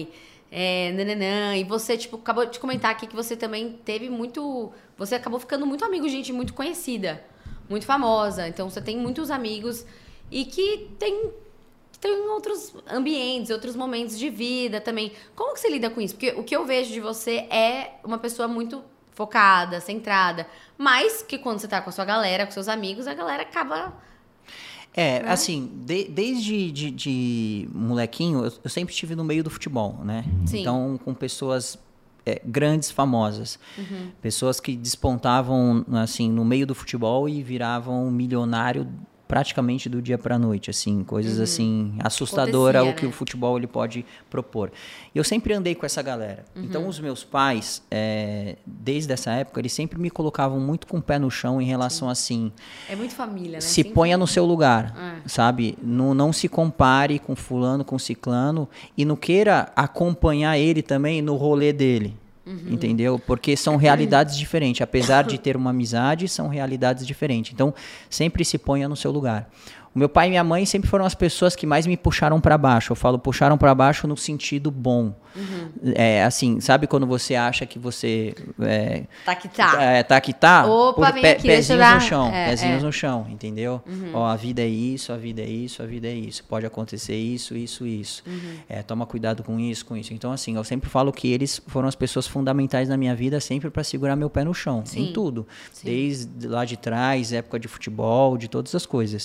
nananã. E você, tipo, acabou de comentar aqui que você também teve muito... Você acabou ficando muito amigo de gente muito conhecida, muito famosa. Então, você tem muitos amigos e que tem outros ambientes, outros momentos de vida também. Como que você lida com isso? Porque o que eu vejo de você é uma pessoa muito focada, centrada. Mas que quando você tá com a sua galera, com seus amigos, a galera acaba... né? Assim, desde de molequinho, eu sempre estive no meio do futebol, né? Sim. Então, com pessoas grandes, famosas. Pessoas que despontavam, assim, no meio do futebol e viravam milionário praticamente do dia para a noite, assim, coisas assim, assustadoras o que o futebol ele pode propor. E eu sempre andei com essa galera. Então, os meus pais, desde essa época, eles sempre me colocavam muito com o pé no chão em relação assim... É muito família, né? Se ponha no seu lugar, sabe? Não se compare com fulano, com ciclano e não queira acompanhar ele também no rolê dele. Entendeu? Porque são realidades diferentes. Apesar de ter uma amizade, são realidades diferentes. Então, sempre se ponha no seu lugar. O meu pai e minha mãe sempre foram as pessoas que mais me puxaram para baixo. Eu falo puxaram para baixo no sentido bom. Assim, sabe quando você acha que você... tá que tá. Tá que tá? Opa, vem aqui, pezinhos no chão. Pezinhos no chão, entendeu? Ó, a vida é isso, a vida é isso, a vida é isso. Pode acontecer isso, isso, isso. Toma cuidado com isso, com isso. Então, assim, eu sempre falo que eles foram as pessoas fundamentais na minha vida, sempre para segurar meu pé no chão. Sim. Em tudo. Sim. Desde lá de trás, época de futebol, de todas as coisas.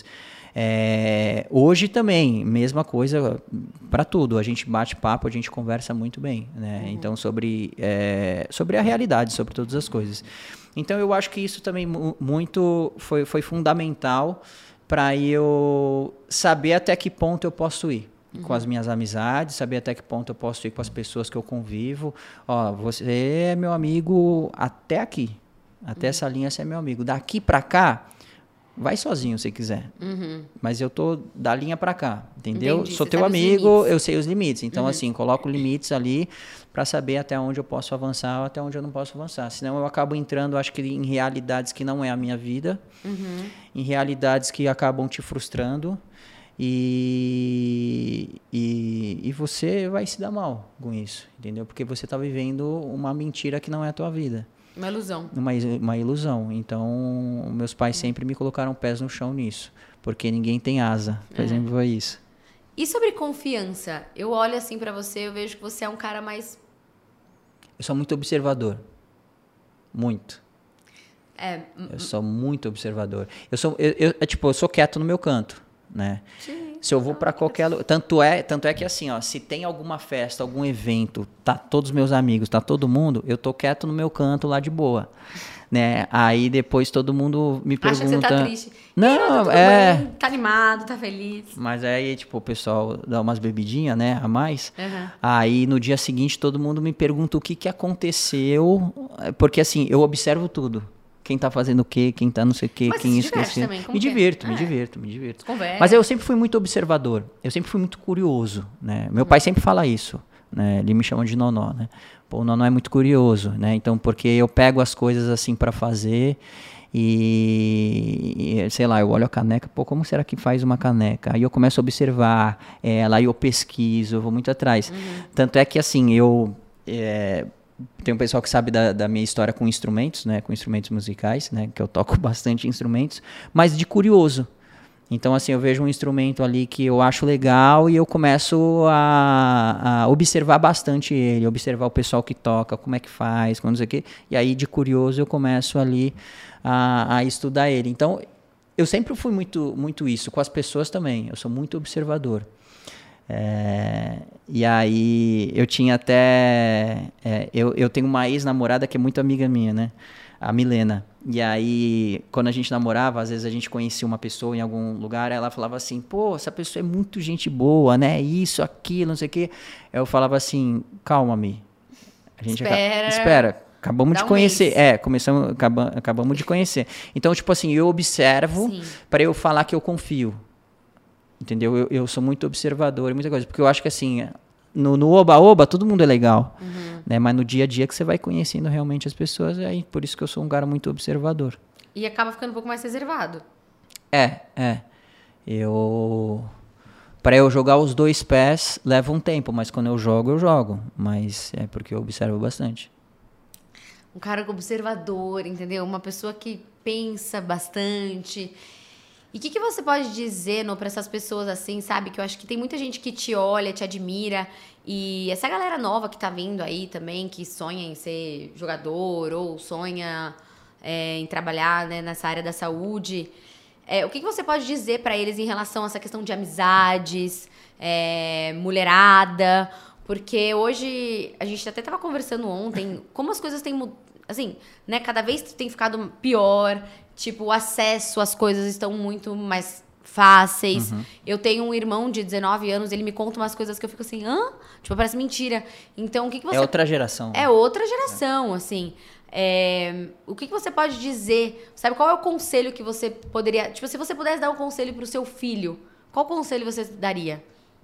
Hoje também, mesma coisa para tudo. A gente bate papo, a gente conversa muito bem, né? Então, sobre a realidade, sobre todas as coisas. Então, eu acho que isso também muito foi fundamental para eu saber até que ponto eu posso ir com as minhas amizades, saber até que ponto eu posso ir com as pessoas que eu convivo. Ó, você é meu amigo até aqui. Até essa linha você é meu amigo. Daqui para cá, vai sozinho se quiser. Mas eu tô da linha pra cá, entendeu? Entendi, sou você teu sabe os amigo, limites. eu sei os limites. Então, assim, coloco limites ali pra saber até onde eu posso avançar ou até onde eu não posso avançar. Senão eu acabo entrando, acho que em realidades que não é a minha vida, em realidades que acabam te frustrando e você vai se dar mal com isso, entendeu? Porque você tá vivendo uma mentira que não é a tua vida. Uma ilusão. Uma ilusão. Então, meus pais sempre me colocaram pés no chão nisso. Porque ninguém tem asa. Por exemplo, foi isso. E sobre confiança? Eu olho assim pra você, eu vejo que você é um cara mais... Eu sou muito observador. Muito. Eu sou muito observador. Eu sou quieto no meu canto, né? Sim. Se eu vou para qualquer lugar... Tanto é que assim, ó, se tem alguma festa, algum evento, tá todos meus amigos, tá todo mundo, eu tô quieto no meu canto lá de boa, né? Aí depois todo mundo me pergunta... Acha que você tá triste. Não, tá tudo bem, tá animado, tá feliz. Mas aí, tipo, o pessoal dá umas bebidinhas, né, a mais. Aí no dia seguinte todo mundo me pergunta o que aconteceu, porque assim, eu observo tudo. Quem tá fazendo o quê, quem tá não sei o quê, mas quem isso esqueceu. também, como Me que é? divirto, me divirto. Conversa. Mas eu sempre fui muito observador, eu sempre fui muito curioso, né? Meu pai sempre fala isso, né? Ele me chama de Nonó, né? Pô, o Nonó é muito curioso, né? Então, porque eu pego as coisas assim para fazer e, sei lá, eu olho a caneca, pô, como será que faz uma caneca? Aí eu começo a observar ela, aí eu pesquiso, eu vou muito atrás. Tanto é que, assim, tem um pessoal que sabe da minha história com instrumentos, né? Com instrumentos musicais, né? Que eu toco bastante instrumentos, mas de curioso. Então, assim, eu vejo um instrumento ali que eu acho legal e eu começo a observar bastante ele, observar o pessoal que toca, como é que faz, não sei o quê. E aí, de curioso, eu começo ali a estudar ele. Então, eu sempre fui muito isso, com as pessoas também. Eu sou muito observador. E aí, eu tinha até... eu tenho uma ex-namorada que é muito amiga minha, né? A Milena. E aí, quando a gente namorava, às vezes a gente conhecia uma pessoa em algum lugar, ela falava assim, pô, essa pessoa é muito gente boa, né? Isso, aquilo, não sei o quê. Eu falava assim, calma, Mi. A gente espera. Acabamos de conhecer. Acabamos de conhecer. Então, tipo assim, eu observo para eu falar que eu confio. Entendeu? Eu sou muito observador e muita coisa. Porque eu acho que assim, no oba-oba, todo mundo é legal. Né? Mas no dia a dia que você vai conhecendo realmente as pessoas, aí por isso que eu sou um cara muito observador. E acaba ficando um pouco mais reservado. Para eu jogar os 2 pés, leva um tempo, mas quando eu jogo. Mas é porque eu observo bastante. Um cara observador, entendeu? Uma pessoa que pensa bastante. E o que você pode dizer para essas pessoas assim, sabe? Que eu acho que tem muita gente que te olha, te admira. E essa galera nova que tá vindo aí também, que sonha em ser jogador ou sonha em trabalhar, né, nessa área da saúde. O que você pode dizer para eles em relação a essa questão de amizades, mulherada? Porque hoje, a gente até estava conversando ontem, como as coisas têm mudado, assim, né? Cada vez tem ficado pior, tipo, o acesso às coisas estão muito mais fáceis. Eu tenho um irmão de 19 anos, ele me conta umas coisas que eu fico assim, hã? Tipo, parece mentira. Então, o que você... É outra geração. É outra geração, assim. O que você pode dizer? Sabe, qual é o conselho que você poderia... Tipo, se você pudesse dar um conselho pro seu filho, qual conselho você daria?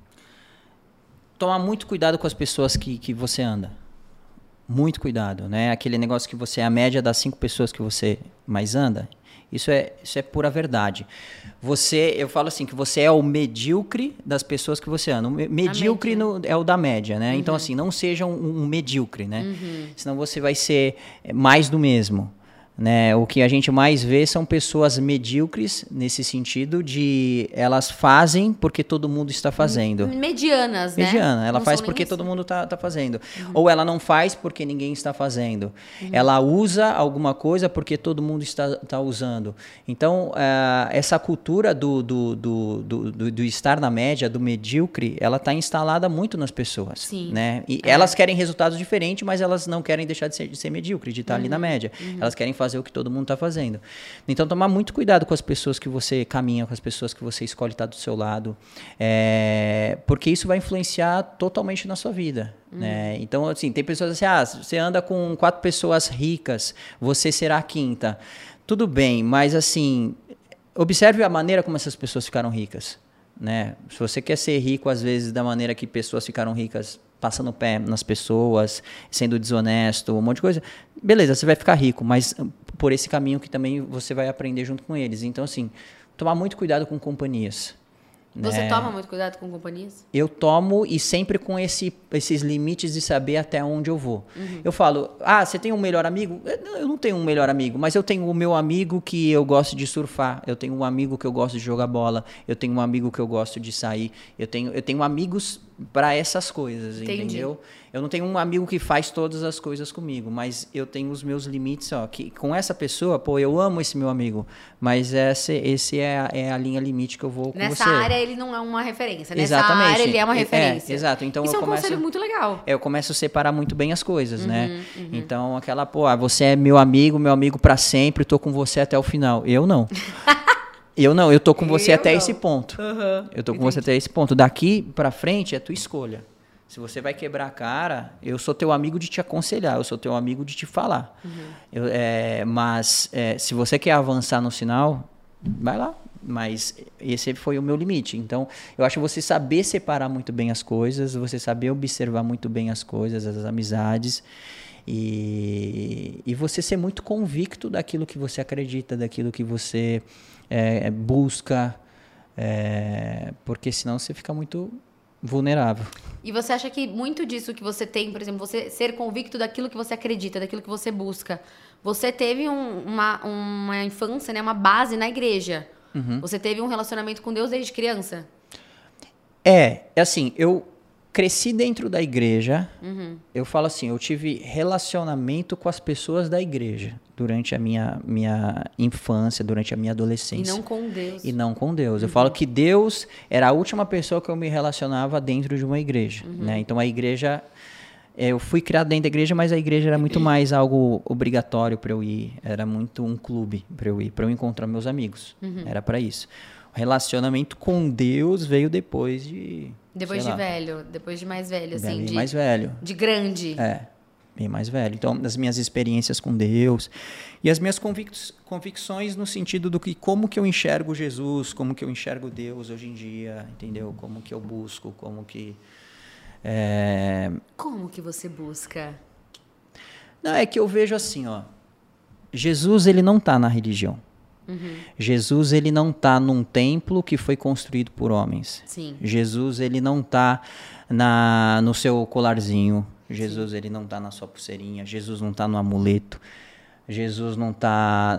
Tomar muito cuidado com as pessoas que você anda. Muito cuidado, né? Aquele negócio que você é a média das 5 pessoas que você mais anda. Isso é pura verdade. Eu falo assim, que você é o medíocre das pessoas que você anda. O medíocre é o da média, né? Então, assim, não seja um medíocre, né? Senão você vai ser mais do mesmo. Né? O que a gente mais vê são pessoas medíocres nesse sentido de elas fazem porque todo mundo está fazendo. Medianas, né? Mediana, ela faz porque todo mundo está fazendo. Ou ela não faz porque ninguém está fazendo. Ela usa alguma coisa porque todo mundo está usando. Então, essa cultura do estar na média, do medíocre, ela está instalada muito nas pessoas. Sim. Né? E elas querem resultados diferentes, mas elas não querem deixar de ser medíocre, de estar ali na média. Elas querem fazer o que todo mundo está fazendo. Então, tomar muito cuidado com as pessoas que você caminha, com as pessoas que você escolhe estar do seu lado, porque isso vai influenciar totalmente na sua vida. Né? Então, assim, tem pessoas assim, você anda com 4 pessoas ricas, você será a 5ª. Tudo bem, mas assim, observe a maneira como essas pessoas ficaram ricas. Né? Se você quer ser rico, às vezes, da maneira que pessoas ficaram ricas, passando o pé nas pessoas, sendo desonesto, um monte de coisa, beleza, você vai ficar rico, mas por esse caminho que também você vai aprender junto com eles. Então, assim, tomar muito cuidado com companhias. Você toma muito cuidado com companhias? Eu tomo, e sempre com esses limites de saber até onde eu vou. Eu falo, você tem um melhor amigo? Eu não tenho um melhor amigo, mas eu tenho o meu amigo que eu gosto de surfar, eu tenho um amigo que eu gosto de jogar bola, eu tenho um amigo que eu gosto de sair, eu tenho amigos para essas coisas, entendeu? Eu não tenho um amigo que faz todas as coisas comigo, mas eu tenho os meus limites, que com essa pessoa, eu amo esse meu amigo, mas esse é a linha limite que eu vou com você. Nessa área ele não é uma referência, nessa Exatamente. área ele é uma referência. Exato. Então, isso é um conselho muito legal. Eu começo a separar muito bem as coisas, né? Então, você é meu amigo para sempre, tô com você até o final. Eu não. Eu tô com você até esse ponto. Eu tô com você até esse ponto. Daqui pra frente é tua escolha. Se você vai quebrar a cara, eu sou teu amigo de te aconselhar, eu sou teu amigo de te falar. Mas se você quer avançar no sinal, vai lá. Mas esse foi o meu limite. Então, eu acho que você saber separar muito bem as coisas, você saber observar muito bem as coisas, as amizades, e você ser muito convicto daquilo que você acredita, daquilo que você busca, porque senão você fica muito vulnerável. E você acha que muito disso que você tem, por exemplo, você ser convicto daquilo que você acredita, daquilo que você busca, você teve uma infância, né, uma base na igreja. Você teve um relacionamento com Deus desde criança? Assim, eu cresci dentro da igreja. Eu falo assim, eu tive relacionamento com as pessoas da igreja durante a minha infância, durante a minha adolescência. E não com Deus. E não com Deus. Eu falo que Deus era a última pessoa que eu me relacionava dentro de uma igreja. Né? Então, a igreja... Eu fui criado dentro da igreja, mas a igreja era muito mais algo obrigatório para eu ir. Era muito um clube para eu ir, para eu encontrar meus amigos. Era para isso. O relacionamento com Deus veio depois de... Depois de velho, depois de mais velho, assim. Bem mais velho. De grande. Bem mais velho. Então, as minhas experiências com Deus e as minhas convicções no sentido do que como que eu enxergo Jesus, como que eu enxergo Deus hoje em dia, entendeu? Como que eu busco, como que... Como que você busca? Não, é que eu vejo assim, Jesus, ele não está na religião. Jesus, ele não está num templo que foi construído por homens. Sim. Jesus, ele não está no seu colarzinho. Jesus, ele não está na sua pulseirinha. Jesus não está no amuleto. Jesus não está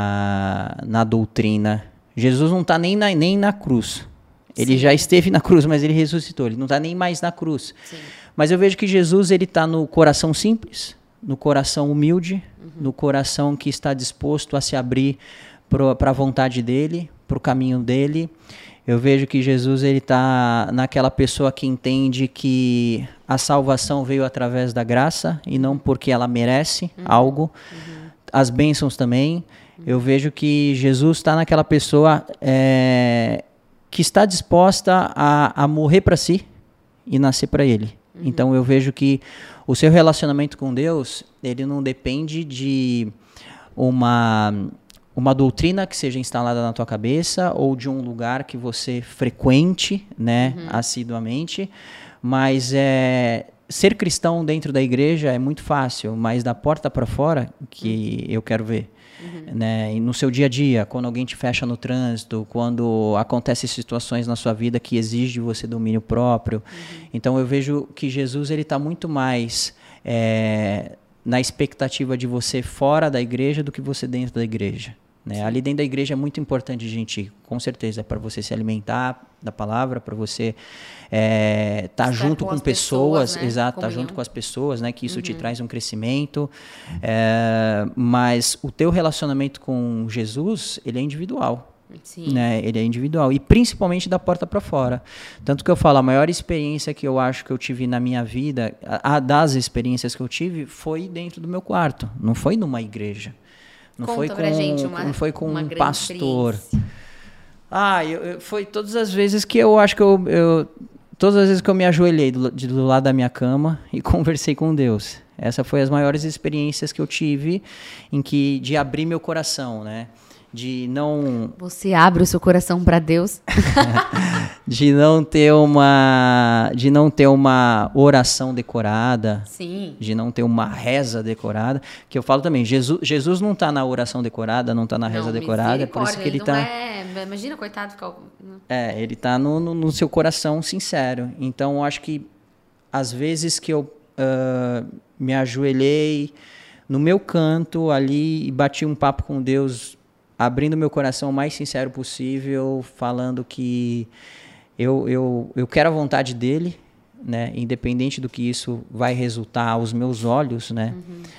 na doutrina. Jesus não está nem na cruz. Ele já esteve na cruz, mas ele ressuscitou. Ele não está nem mais na cruz. Sim. Mas eu vejo que Jesus, ele está no coração simples, no coração humilde, no coração que está disposto a se abrir para a vontade dele, para o caminho dele. Eu vejo que Jesus, ele está naquela pessoa que entende que a salvação veio através da graça e não porque ela merece algo. As bênçãos também. Eu vejo que Jesus está naquela pessoa que está disposta a morrer para si e nascer para ele. Então eu vejo que o seu relacionamento com Deus, ele não depende de uma doutrina que seja instalada na tua cabeça ou de um lugar que você frequente, né, assiduamente, mas ser cristão dentro da igreja é muito fácil, mas da porta para fora que eu quero ver. Né? E no seu dia a dia, quando alguém te fecha no trânsito, quando acontecem situações na sua vida que exigem de você domínio próprio. Então eu vejo que Jesus, ele está muito mais na expectativa de você fora da igreja do que você dentro da igreja. Né? Ali dentro da igreja é muito importante, gente, com certeza, para você se alimentar da palavra, para você estar junto com pessoas, né? Exato, estar junto com as pessoas, né? Que isso te traz um crescimento. Mas o teu relacionamento com Jesus, ele é individual. Sim. Né? Ele é individual e principalmente da porta para fora. Tanto que eu falo, a maior experiência que eu acho que eu tive na minha vida, das experiências que eu tive, foi dentro do meu quarto, não foi numa igreja. Não foi com um pastor. Foi todas as vezes que eu acho que todas as vezes que eu me ajoelhei do lado da minha cama e conversei com Deus. Essa foi as maiores experiências que eu tive de abrir meu coração, né? De não... Você abre o seu coração para Deus? de não ter uma oração decorada. Sim. De não ter uma reza decorada. Que eu falo também, Jesus não está na oração decorada, não está na reza decorada. É por isso que ele está... Imagina, coitado. Ele está no seu coração sincero. Então, eu acho que às vezes que eu me ajoelhei no meu canto ali e bati um papo com Deus, abrindo meu coração o mais sincero possível, falando que eu quero a vontade dele, né? Independente do que isso vai resultar aos meus olhos, né?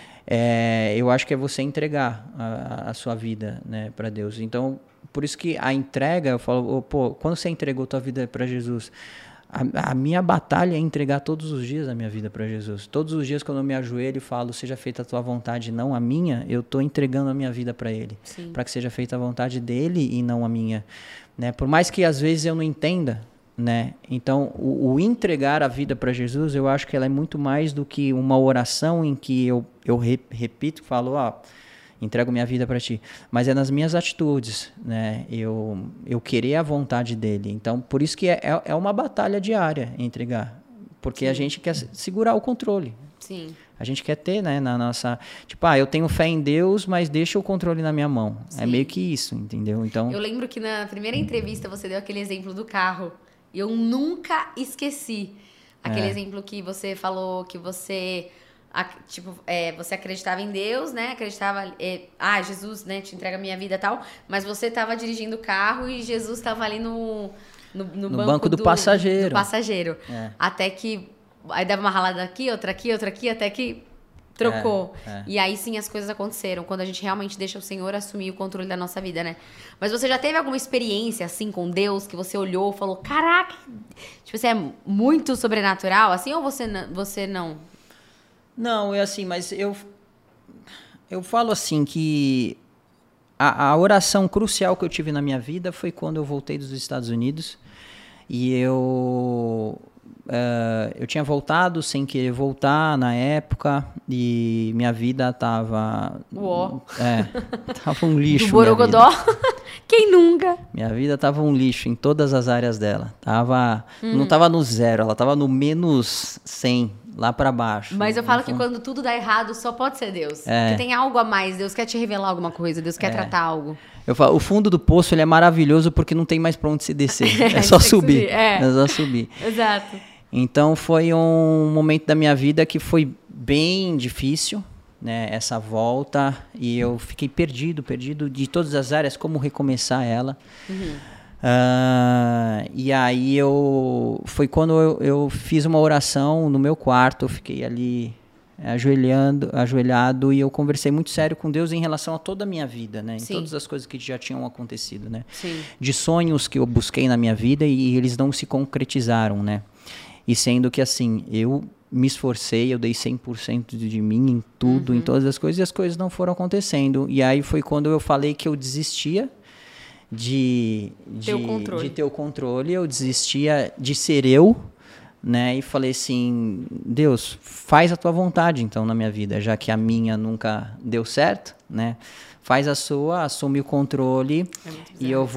Eu acho que é você entregar a sua vida, né, para Deus. Então, por isso que a entrega, eu falo, quando você entregou tua vida para Jesus, a minha batalha é entregar todos os dias a minha vida para Jesus. Todos os dias, quando eu me ajoelho e falo, seja feita a tua vontade, não a minha, eu estou entregando a minha vida para Ele. Para que seja feita a vontade dEle e não a minha. Né? Por mais que às vezes eu não entenda, né? Então, o entregar a vida para Jesus, eu acho que ela é muito mais do que uma oração em que eu repito, falo, entrego minha vida para ti, mas é nas minhas atitudes, né? Eu querer a vontade dele. Então, por isso que é uma batalha diária entregar, porque a gente quer segurar o controle. Sim. A gente quer ter, né, na nossa... Tipo, eu tenho fé em Deus, mas deixa o controle na minha mão. Sim. É meio que isso, entendeu? Então... Eu lembro que na primeira entrevista você deu aquele exemplo do carro, e eu nunca esqueci aquele exemplo que você falou que você... você acreditava em Deus, né? Acreditava... Jesus, né? Te entrega a minha vida e tal. Mas você estava dirigindo o carro e Jesus estava ali no banco do passageiro. Do passageiro. Até que... Aí dava uma ralada aqui, outra aqui, até que trocou. E aí sim as coisas aconteceram. Quando a gente realmente deixa o Senhor assumir o controle da nossa vida, né? Mas você já teve alguma experiência, assim, com Deus, que você olhou e falou, caraca, tipo, você é muito sobrenatural, assim, ou você não? Não, é assim, mas eu falo assim que a oração crucial que eu tive na minha vida foi quando eu voltei dos Estados Unidos e eu tinha voltado sem querer voltar na época e minha vida tava... tava um lixo. Do Borogodó? Quem nunca? Minha vida tava um lixo em todas as áreas dela. Não tava no zero, ela tava no -100, lá para baixo. Mas eu falo que quando tudo dá errado, só pode ser Deus. É. Porque tem algo a mais, Deus quer te revelar alguma coisa, Deus quer tratar algo. Eu falo, o fundo do poço ele é maravilhoso porque não tem mais para onde se descer. É só subir. É só subir. Exato. Então foi um momento da minha vida que foi bem difícil, né? Essa volta, e eu fiquei perdido de todas as áreas, como recomeçar ela. E aí foi quando eu fiz uma oração no meu quarto, eu fiquei ali ajoelhado, e eu conversei muito sério com Deus em relação a toda a minha vida, né? Em todas as coisas que já tinham acontecido, né? Sim. De sonhos que eu busquei na minha vida e eles não se concretizaram, né? E sendo que assim, eu me esforcei, eu dei 100% de mim em tudo, em todas as coisas, e as coisas não foram acontecendo. E aí foi quando eu falei que eu desistia de ter o controle, eu desistia de ser eu, né? E falei assim, Deus, faz a tua vontade então na minha vida, já que a minha nunca deu certo, né? Faz a sua, assume o controle e eu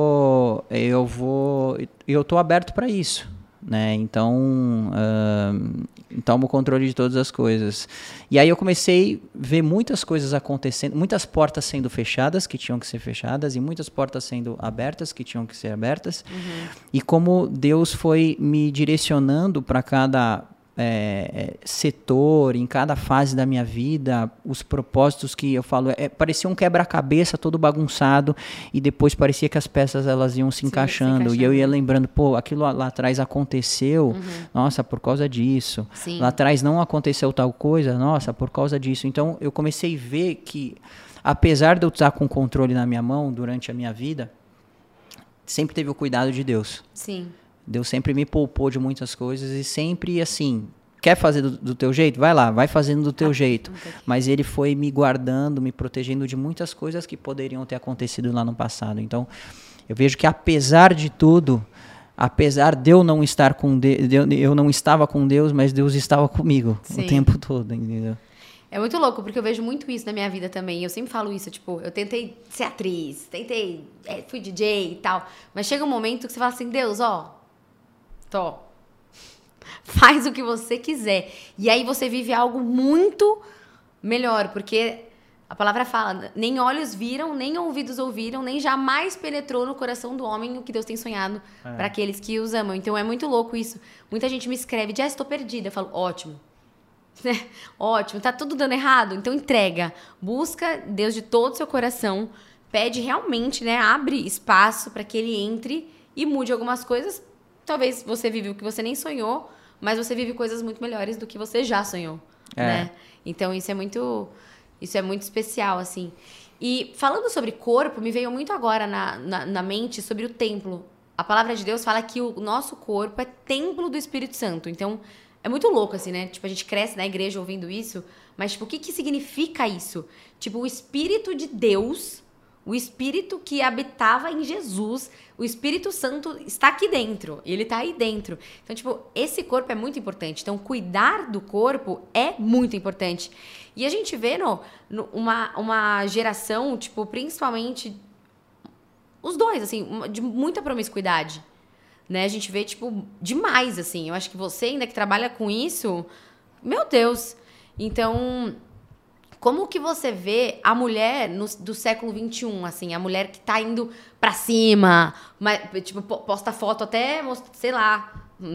tô aberto para isso, né? Então, toma o controle de todas as coisas. E aí eu comecei a ver muitas coisas acontecendo, muitas portas sendo fechadas, que tinham que ser fechadas, e muitas portas sendo abertas, que tinham que ser abertas. E como Deus foi me direcionando para cada setor, em cada fase da minha vida, os propósitos que eu falo, parecia um quebra-cabeça todo bagunçado, e depois parecia que as peças elas iam se encaixando, e eu ia lembrando, pô, aquilo lá atrás aconteceu, nossa, por causa disso. Sim. Lá atrás não aconteceu tal coisa, nossa, por causa disso. Então eu comecei a ver que, apesar de eu estar com o controle na minha mão durante a minha vida, sempre teve o cuidado de Deus. Sim. Deus sempre me poupou de muitas coisas e sempre assim, quer fazer do teu jeito? Vai lá, vai fazendo do teu jeito. Mas ele foi me guardando, me protegendo de muitas coisas que poderiam ter acontecido lá no passado. Então, eu vejo que apesar de tudo, apesar de eu não estar com Deus, eu não estava com Deus, mas Deus estava comigo o tempo todo, entendeu? É muito louco, porque eu vejo muito isso na minha vida também. Eu sempre falo isso, tipo, eu tentei ser atriz, fui DJ e tal. Mas chega um momento que você fala assim, Deus, faz o que você quiser. E aí você vive algo muito melhor, porque a palavra fala, nem olhos viram, nem ouvidos ouviram, nem jamais penetrou no coração do homem o que Deus tem sonhado para aqueles que os amam. Então é muito louco isso. Muita gente me escreve, Jess, estou perdida. Eu falo, ótimo. Ótimo, tá tudo dando errado? Então entrega. Busca Deus de todo o seu coração. Pede realmente, né? Abre espaço para que ele entre e mude algumas coisas. Talvez você vive o que você nem sonhou, mas você vive coisas muito melhores do que você já sonhou, né? Então isso é muito especial, assim. E falando sobre corpo, me veio muito agora na mente sobre o templo. A palavra de Deus fala que o nosso corpo é templo do Espírito Santo. Então, é muito louco, assim, né? Tipo, a gente cresce na igreja ouvindo isso, mas, tipo, o que significa isso? Tipo, o Espírito de Deus, o Espírito que habitava em Jesus, o Espírito Santo está aqui dentro, ele está aí dentro. Então, tipo, esse corpo é muito importante. Então, cuidar do corpo é muito importante. E a gente vê uma geração, tipo, principalmente os dois, assim, de muita promiscuidade. Né? A gente vê, tipo, demais, assim. Eu acho que você ainda que trabalha com isso, meu Deus. Então, como que você vê a mulher do século XXI, assim? A mulher que tá indo pra cima, mas, tipo, posta foto até, sei lá.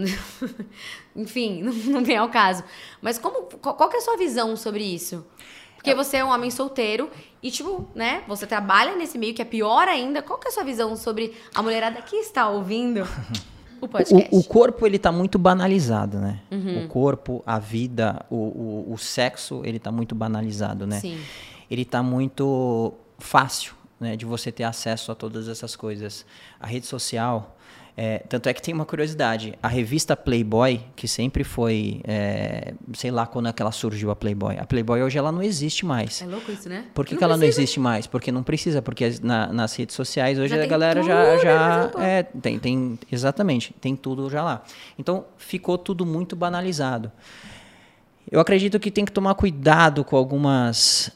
Enfim, não vem ao caso. Mas qual que é a sua visão sobre isso? Porque você é um homem solteiro e, tipo, né, você trabalha nesse meio que é pior ainda. Qual que é a sua visão sobre a mulherada que está ouvindo o podcast? O corpo, ele tá muito banalizado, né? O corpo, a vida, o sexo, ele tá muito banalizado, né? Sim. Ele tá muito fácil, né, de você ter acesso a todas essas coisas. A rede social... tanto é que tem uma curiosidade, a revista Playboy, que sempre foi, sei lá quando é que ela surgiu, a Playboy hoje ela não existe mais. É louco isso, né? Por que ela não existe mais? Porque não precisa, porque nas redes sociais hoje já a galera tudo, tem exatamente, tem tudo já lá. Então ficou tudo muito banalizado. Eu acredito que tem que tomar cuidado com algumas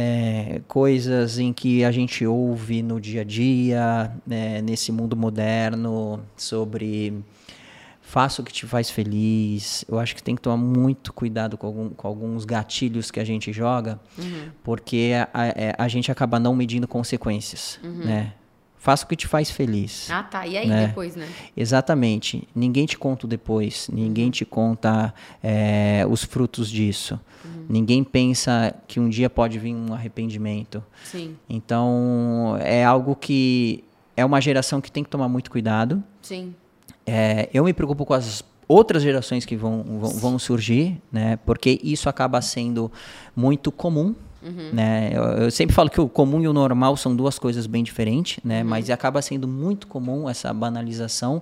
coisas em que a gente ouve no dia a dia, nesse mundo moderno, sobre faça o que te faz feliz. Eu acho que tem que tomar muito cuidado com alguns gatilhos que a gente joga, porque a gente acaba não medindo consequências, né? Faça o que te faz feliz. Ah, tá. E aí depois, né? Exatamente. Ninguém te conta o depois. Ninguém te conta os frutos disso. Ninguém pensa que um dia pode vir um arrependimento. Sim. Então, é algo que... É uma geração que tem que tomar muito cuidado. Sim. Eu me preocupo com as outras gerações que vão surgir, né? Porque isso acaba sendo muito comum. Né? Eu sempre falo que o comum e o normal são duas coisas bem diferentes, né? Mas acaba sendo muito comum essa banalização.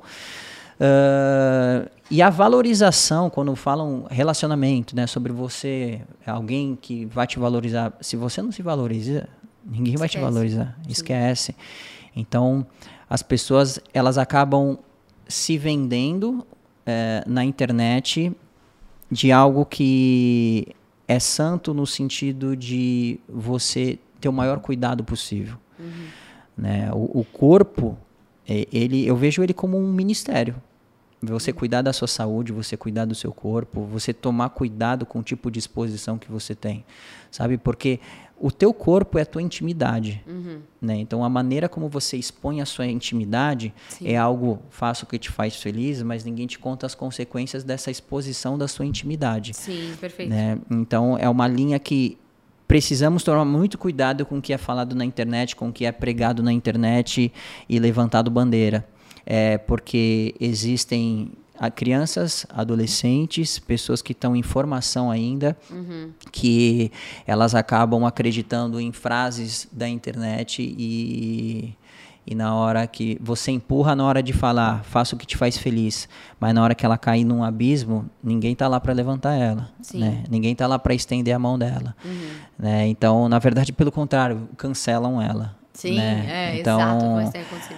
E a valorização, quando falam relacionamento, né? Sobre você, alguém que vai te valorizar. Se você não se valoriza, ninguém vai te valorizar. Sim. Esquece. Então, as pessoas, elas acabam se vendendo na internet de algo que é santo no sentido de você ter o maior cuidado possível. Né? O corpo, eu vejo ele como um ministério. Você cuidar da sua saúde, você cuidar do seu corpo, você tomar cuidado com o tipo de exposição que você tem. Sabe? Porque o teu corpo é a tua intimidade. Né? Então, a maneira como você expõe a sua intimidade é algo, faça o que te faz feliz, mas ninguém te conta as consequências dessa exposição da sua intimidade. Sim, perfeito. Né? Então, é uma linha que precisamos tomar muito cuidado com o que é falado na internet, com o que é pregado na internet e levantado bandeira. Porque existem crianças, adolescentes, pessoas que estão em formação ainda, que elas acabam acreditando em frases da internet e na hora que você empurra, na hora de falar, faça o que te faz feliz, mas na hora que ela cair num abismo, ninguém está lá para levantar ela, né? Ninguém está lá para estender a mão dela, né? Então, na verdade, pelo contrário, cancelam ela. Sim, né? Então, exato, vai ter acontecido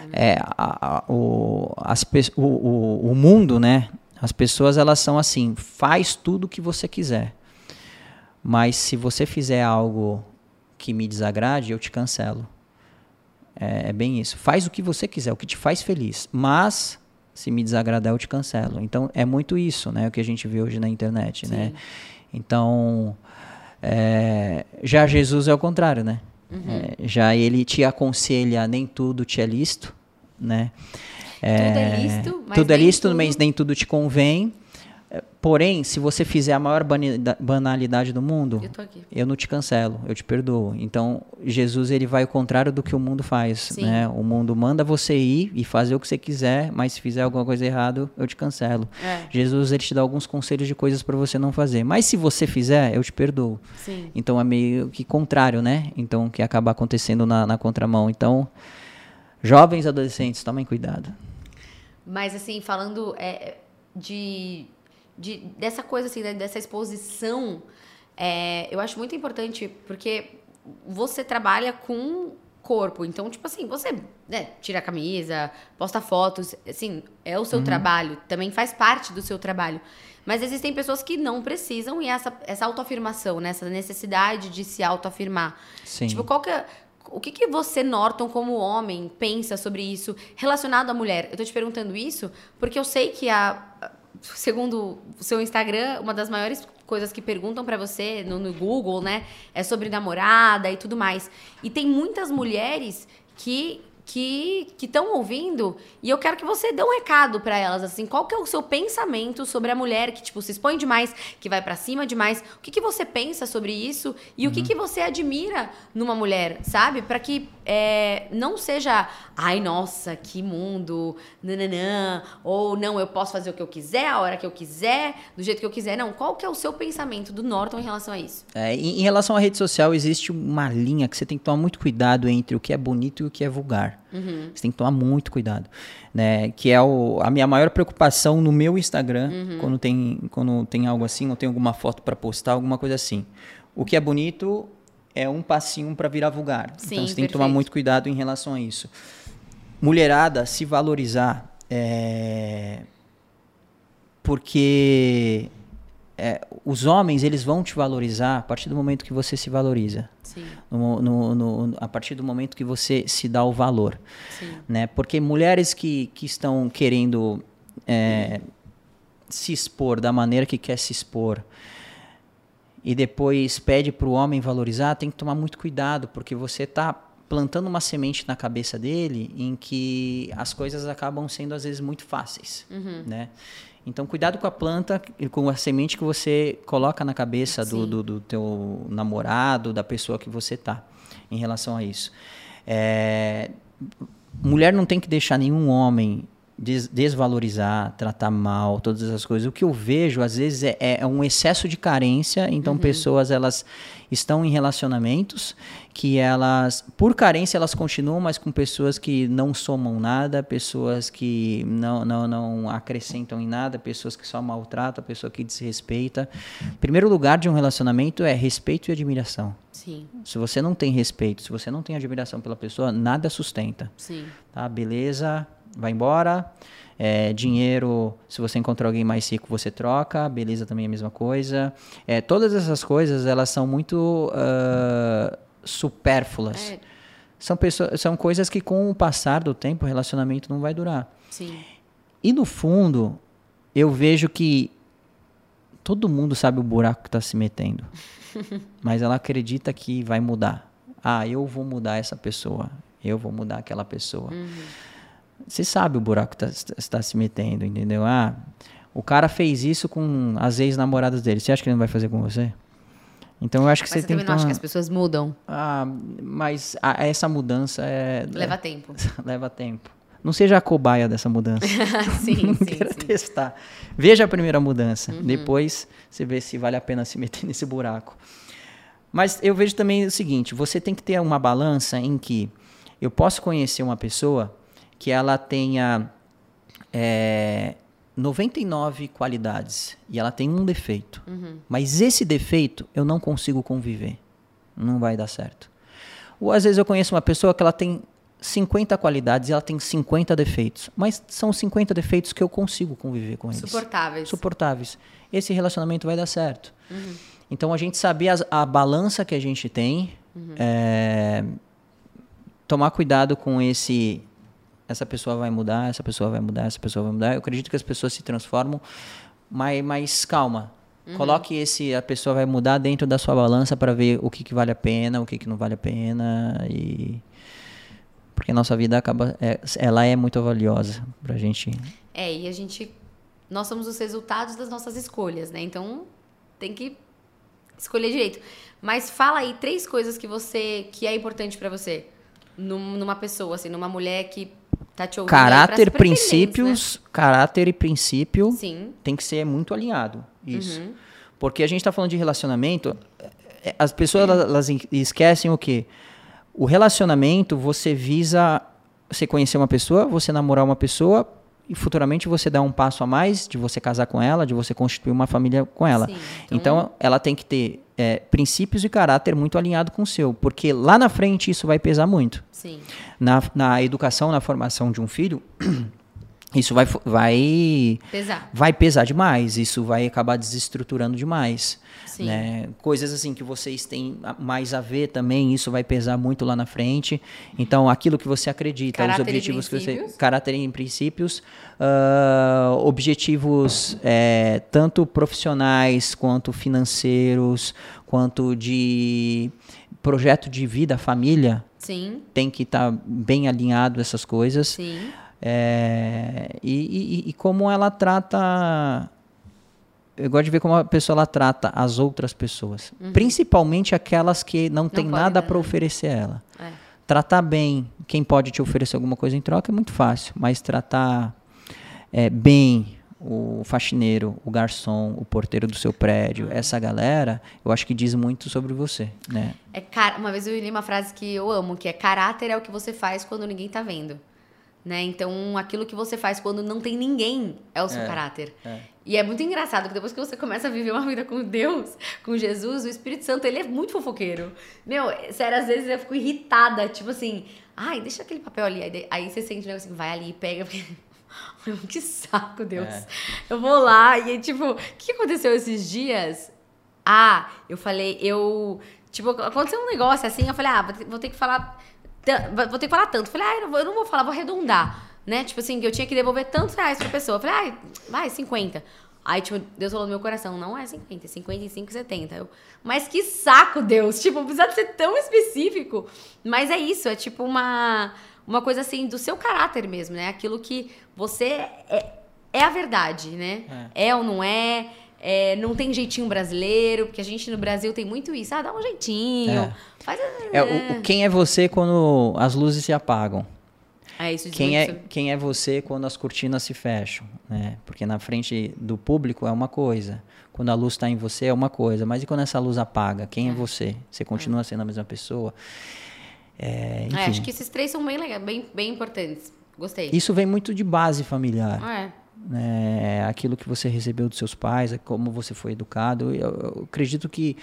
mesmo. O mundo, né? As pessoas, elas são assim, faz tudo o que você quiser, mas se você fizer algo que me desagrade, eu te cancelo. É bem isso. Faz o que você quiser, o que te faz feliz, mas se me desagradar, eu te cancelo. Então, é muito isso, né? O que a gente vê hoje na internet, né? Então, já Jesus é o contrário, né? Já ele te aconselha, nem tudo te é lícito, né? Tudo é lícito, mas nem tudo te convém. Porém, se você fizer a maior banalidade do mundo, eu não te cancelo, eu te perdoo. Então, Jesus, ele vai ao contrário do que o mundo faz, né? O mundo manda você ir e fazer o que você quiser, mas se fizer alguma coisa errada, eu te cancelo. Jesus, ele te dá alguns conselhos de coisas para você não fazer. Mas se você fizer, eu te perdoo. Sim. Então, é meio que contrário, né? Então, que acaba acontecendo na contramão. Então, jovens adolescentes, tomem cuidado. Mas, assim, falando dessa coisa, assim, dessa exposição, eu acho muito importante, porque você trabalha com corpo. Então, tipo assim, você tira a camisa, posta fotos, assim, é o seu trabalho, também faz parte do seu trabalho. Mas existem pessoas que não precisam e essa autoafirmação, né, essa necessidade de se autoafirmar. Sim. Tipo, o que você, Norton, como homem, pensa sobre isso relacionado à mulher? Eu tô te perguntando isso porque eu sei que segundo o seu Instagram, uma das maiores coisas que perguntam pra você no Google, né, é sobre namorada e tudo mais. E tem muitas mulheres que estão ouvindo e eu quero que você dê um recado pra elas, assim, qual que é o seu pensamento sobre a mulher que, tipo, se expõe demais, que vai pra cima demais, o que você pensa sobre isso e o que você admira numa mulher, sabe? Pra que não seja, ai, nossa, que mundo, nananã, ou não, eu posso fazer o que eu quiser, a hora que eu quiser, do jeito que eu quiser. Não, qual que é o seu pensamento do Norton em relação a isso? Em relação à rede social, existe uma linha que você tem que tomar muito cuidado entre o que é bonito e o que é vulgar. Você tem que tomar muito cuidado, né? Que é a minha maior preocupação no meu Instagram, quando tem algo assim, ou tem alguma foto para postar, alguma coisa assim. O que é bonito é um passinho para virar vulgar. Sim, então você tem que tomar muito cuidado em relação a isso. Mulherada, se valorizar, porque os homens, eles vão te valorizar a partir do momento que você se valoriza. Sim. A partir do momento que você se dá o valor. Sim. Né? Porque mulheres que estão querendo se expor da maneira que quer se expor e depois pede para o homem valorizar, tem que tomar muito cuidado, porque você está plantando uma semente na cabeça dele em que as coisas acabam sendo, às vezes, muito fáceis, né? Então, cuidado com a planta, com a semente que você coloca na cabeça do teu namorado, da pessoa que você tá, em relação a isso. Mulher não tem que deixar nenhum homem desvalorizar, tratar mal, todas essas coisas. O que eu vejo, às vezes, é um excesso de carência. Então, pessoas, elas estão em relacionamentos que elas, por carência, elas continuam, mas com pessoas que não somam nada, pessoas que não acrescentam em nada, pessoas que só maltratam, pessoa que desrespeita. Primeiro lugar de um relacionamento é respeito e admiração. Sim. Se você não tem respeito, se você não tem admiração pela pessoa, nada sustenta. Sim. Tá? Beleza, vai embora. Dinheiro, se você encontrar alguém mais rico, você troca. Beleza, também é a mesma coisa. Todas essas coisas, elas são muito supérfluas. São coisas que, com o passar do tempo, o relacionamento não vai durar. Sim. E, no fundo, eu vejo que todo mundo sabe o buraco que está se metendo. Mas ela acredita que vai mudar. Eu vou mudar essa pessoa. Eu vou mudar aquela pessoa. Você sabe o buraco que está se metendo, entendeu? O cara fez isso com as ex-namoradas dele. Você acha que ele não vai fazer com você? Então eu acho que você tem que... Mas você também não acha que as pessoas mudam? Mas essa mudança leva tempo. Leva tempo. Não seja a cobaia dessa mudança. Sim. Queira testar. Veja a primeira mudança. Depois você vê se vale a pena se meter nesse buraco. Mas eu vejo também o seguinte, você tem que ter uma balança em que eu posso conhecer uma pessoa que ela tenha 99 qualidades e ela tem um defeito. Mas esse defeito eu não consigo conviver. Não vai dar certo. Ou às vezes eu conheço uma pessoa que ela tem 50 qualidades e ela tem 50 defeitos. Mas são 50 defeitos que eu consigo conviver com eles. Suportáveis. Esse relacionamento vai dar certo. Então a gente saber a balança que a gente tem, tomar cuidado com essa pessoa vai mudar, essa pessoa vai mudar, essa pessoa vai mudar. Eu acredito que as pessoas se transformam, mas calma. Coloque a pessoa vai mudar dentro da sua balança para ver o que vale a pena, o que não vale a pena. Porque a nossa vida ela é muito valiosa pra gente. E nós somos os resultados das nossas escolhas, né? Então tem que escolher direito. Mas fala aí 3 coisas que é importante pra você numa pessoa, assim, numa mulher que tá te ouvindo. Caráter e princípio. Sim. Tem que ser muito alinhado. Isso. Porque a gente tá falando de relacionamento, as pessoas elas esquecem o quê? O relacionamento, você visa você conhecer uma pessoa, você namorar uma pessoa e futuramente você dar um passo a mais de você casar com ela, de você constituir uma família com ela. Sim, então, ela tem que ter princípios e caráter muito alinhado com o seu, porque lá na frente isso vai pesar muito. Sim. Na educação, na formação de um filho, isso vai pesar demais, isso vai acabar desestruturando demais. Sim. Né? Coisas assim que vocês têm mais a ver também, isso vai pesar muito lá na frente. Então, aquilo que você acredita, caráter os objetivos que você... Caráter e princípios, objetivos tanto profissionais, quanto financeiros, quanto de projeto de vida, família. Sim. Tem que estar bem alinhado essas coisas. Sim. E como ela trata... Eu gosto de ver como a pessoa ela trata as outras pessoas. Principalmente aquelas que não têm nada para oferecer a ela. Tratar bem quem pode te oferecer alguma coisa em troca é muito fácil. Mas tratar bem o faxineiro, o garçom, o porteiro do seu prédio, essa galera, eu acho que diz muito sobre você. Né? Uma vez eu li uma frase que eu amo, que é: caráter é o que você faz quando ninguém tá vendo. Né? Então, aquilo que você faz quando não tem ninguém é o seu caráter. E é muito engraçado que depois que você começa a viver uma vida com Deus, com Jesus, o Espírito Santo, ele é muito fofoqueiro. Meu, sério, às vezes eu fico irritada, tipo assim, deixa aquele papel ali. Aí você sente um negócio assim, vai ali e pega. Que saco, Deus. Eu vou lá e tipo, o que aconteceu esses dias? Eu falei, tipo, aconteceu um negócio assim, eu falei, vou ter que falar tanto. Falei, eu não vou falar, vou arredondar, né? Tipo assim, que eu tinha que devolver tantos reais pra pessoa. Falei, vai, 50. Aí, tipo, Deus falou no meu coração, não é 50, é 55 e 70. Mas que saco, Deus! Tipo, não precisa ser tão específico. Mas é isso, é tipo uma coisa assim do seu caráter mesmo, né? Aquilo que você é a verdade, né? É ou não é? Não tem jeitinho brasileiro, porque a gente no Brasil tem muito isso. Dá um jeitinho. Faz... Quem é você quando as luzes se apagam? Isso diz Quem é você quando as cortinas se fecham, né? Porque na frente do público é uma coisa, quando a luz está em você é uma coisa, mas e quando essa luz apaga? Quem é você? Você continua sendo a mesma pessoa? Enfim. Acho que esses 3 são bem legais, bem importantes. Gostei. Isso vem muito de base familiar. Aquilo que você recebeu dos seus pais, como você foi educado. Eu acredito que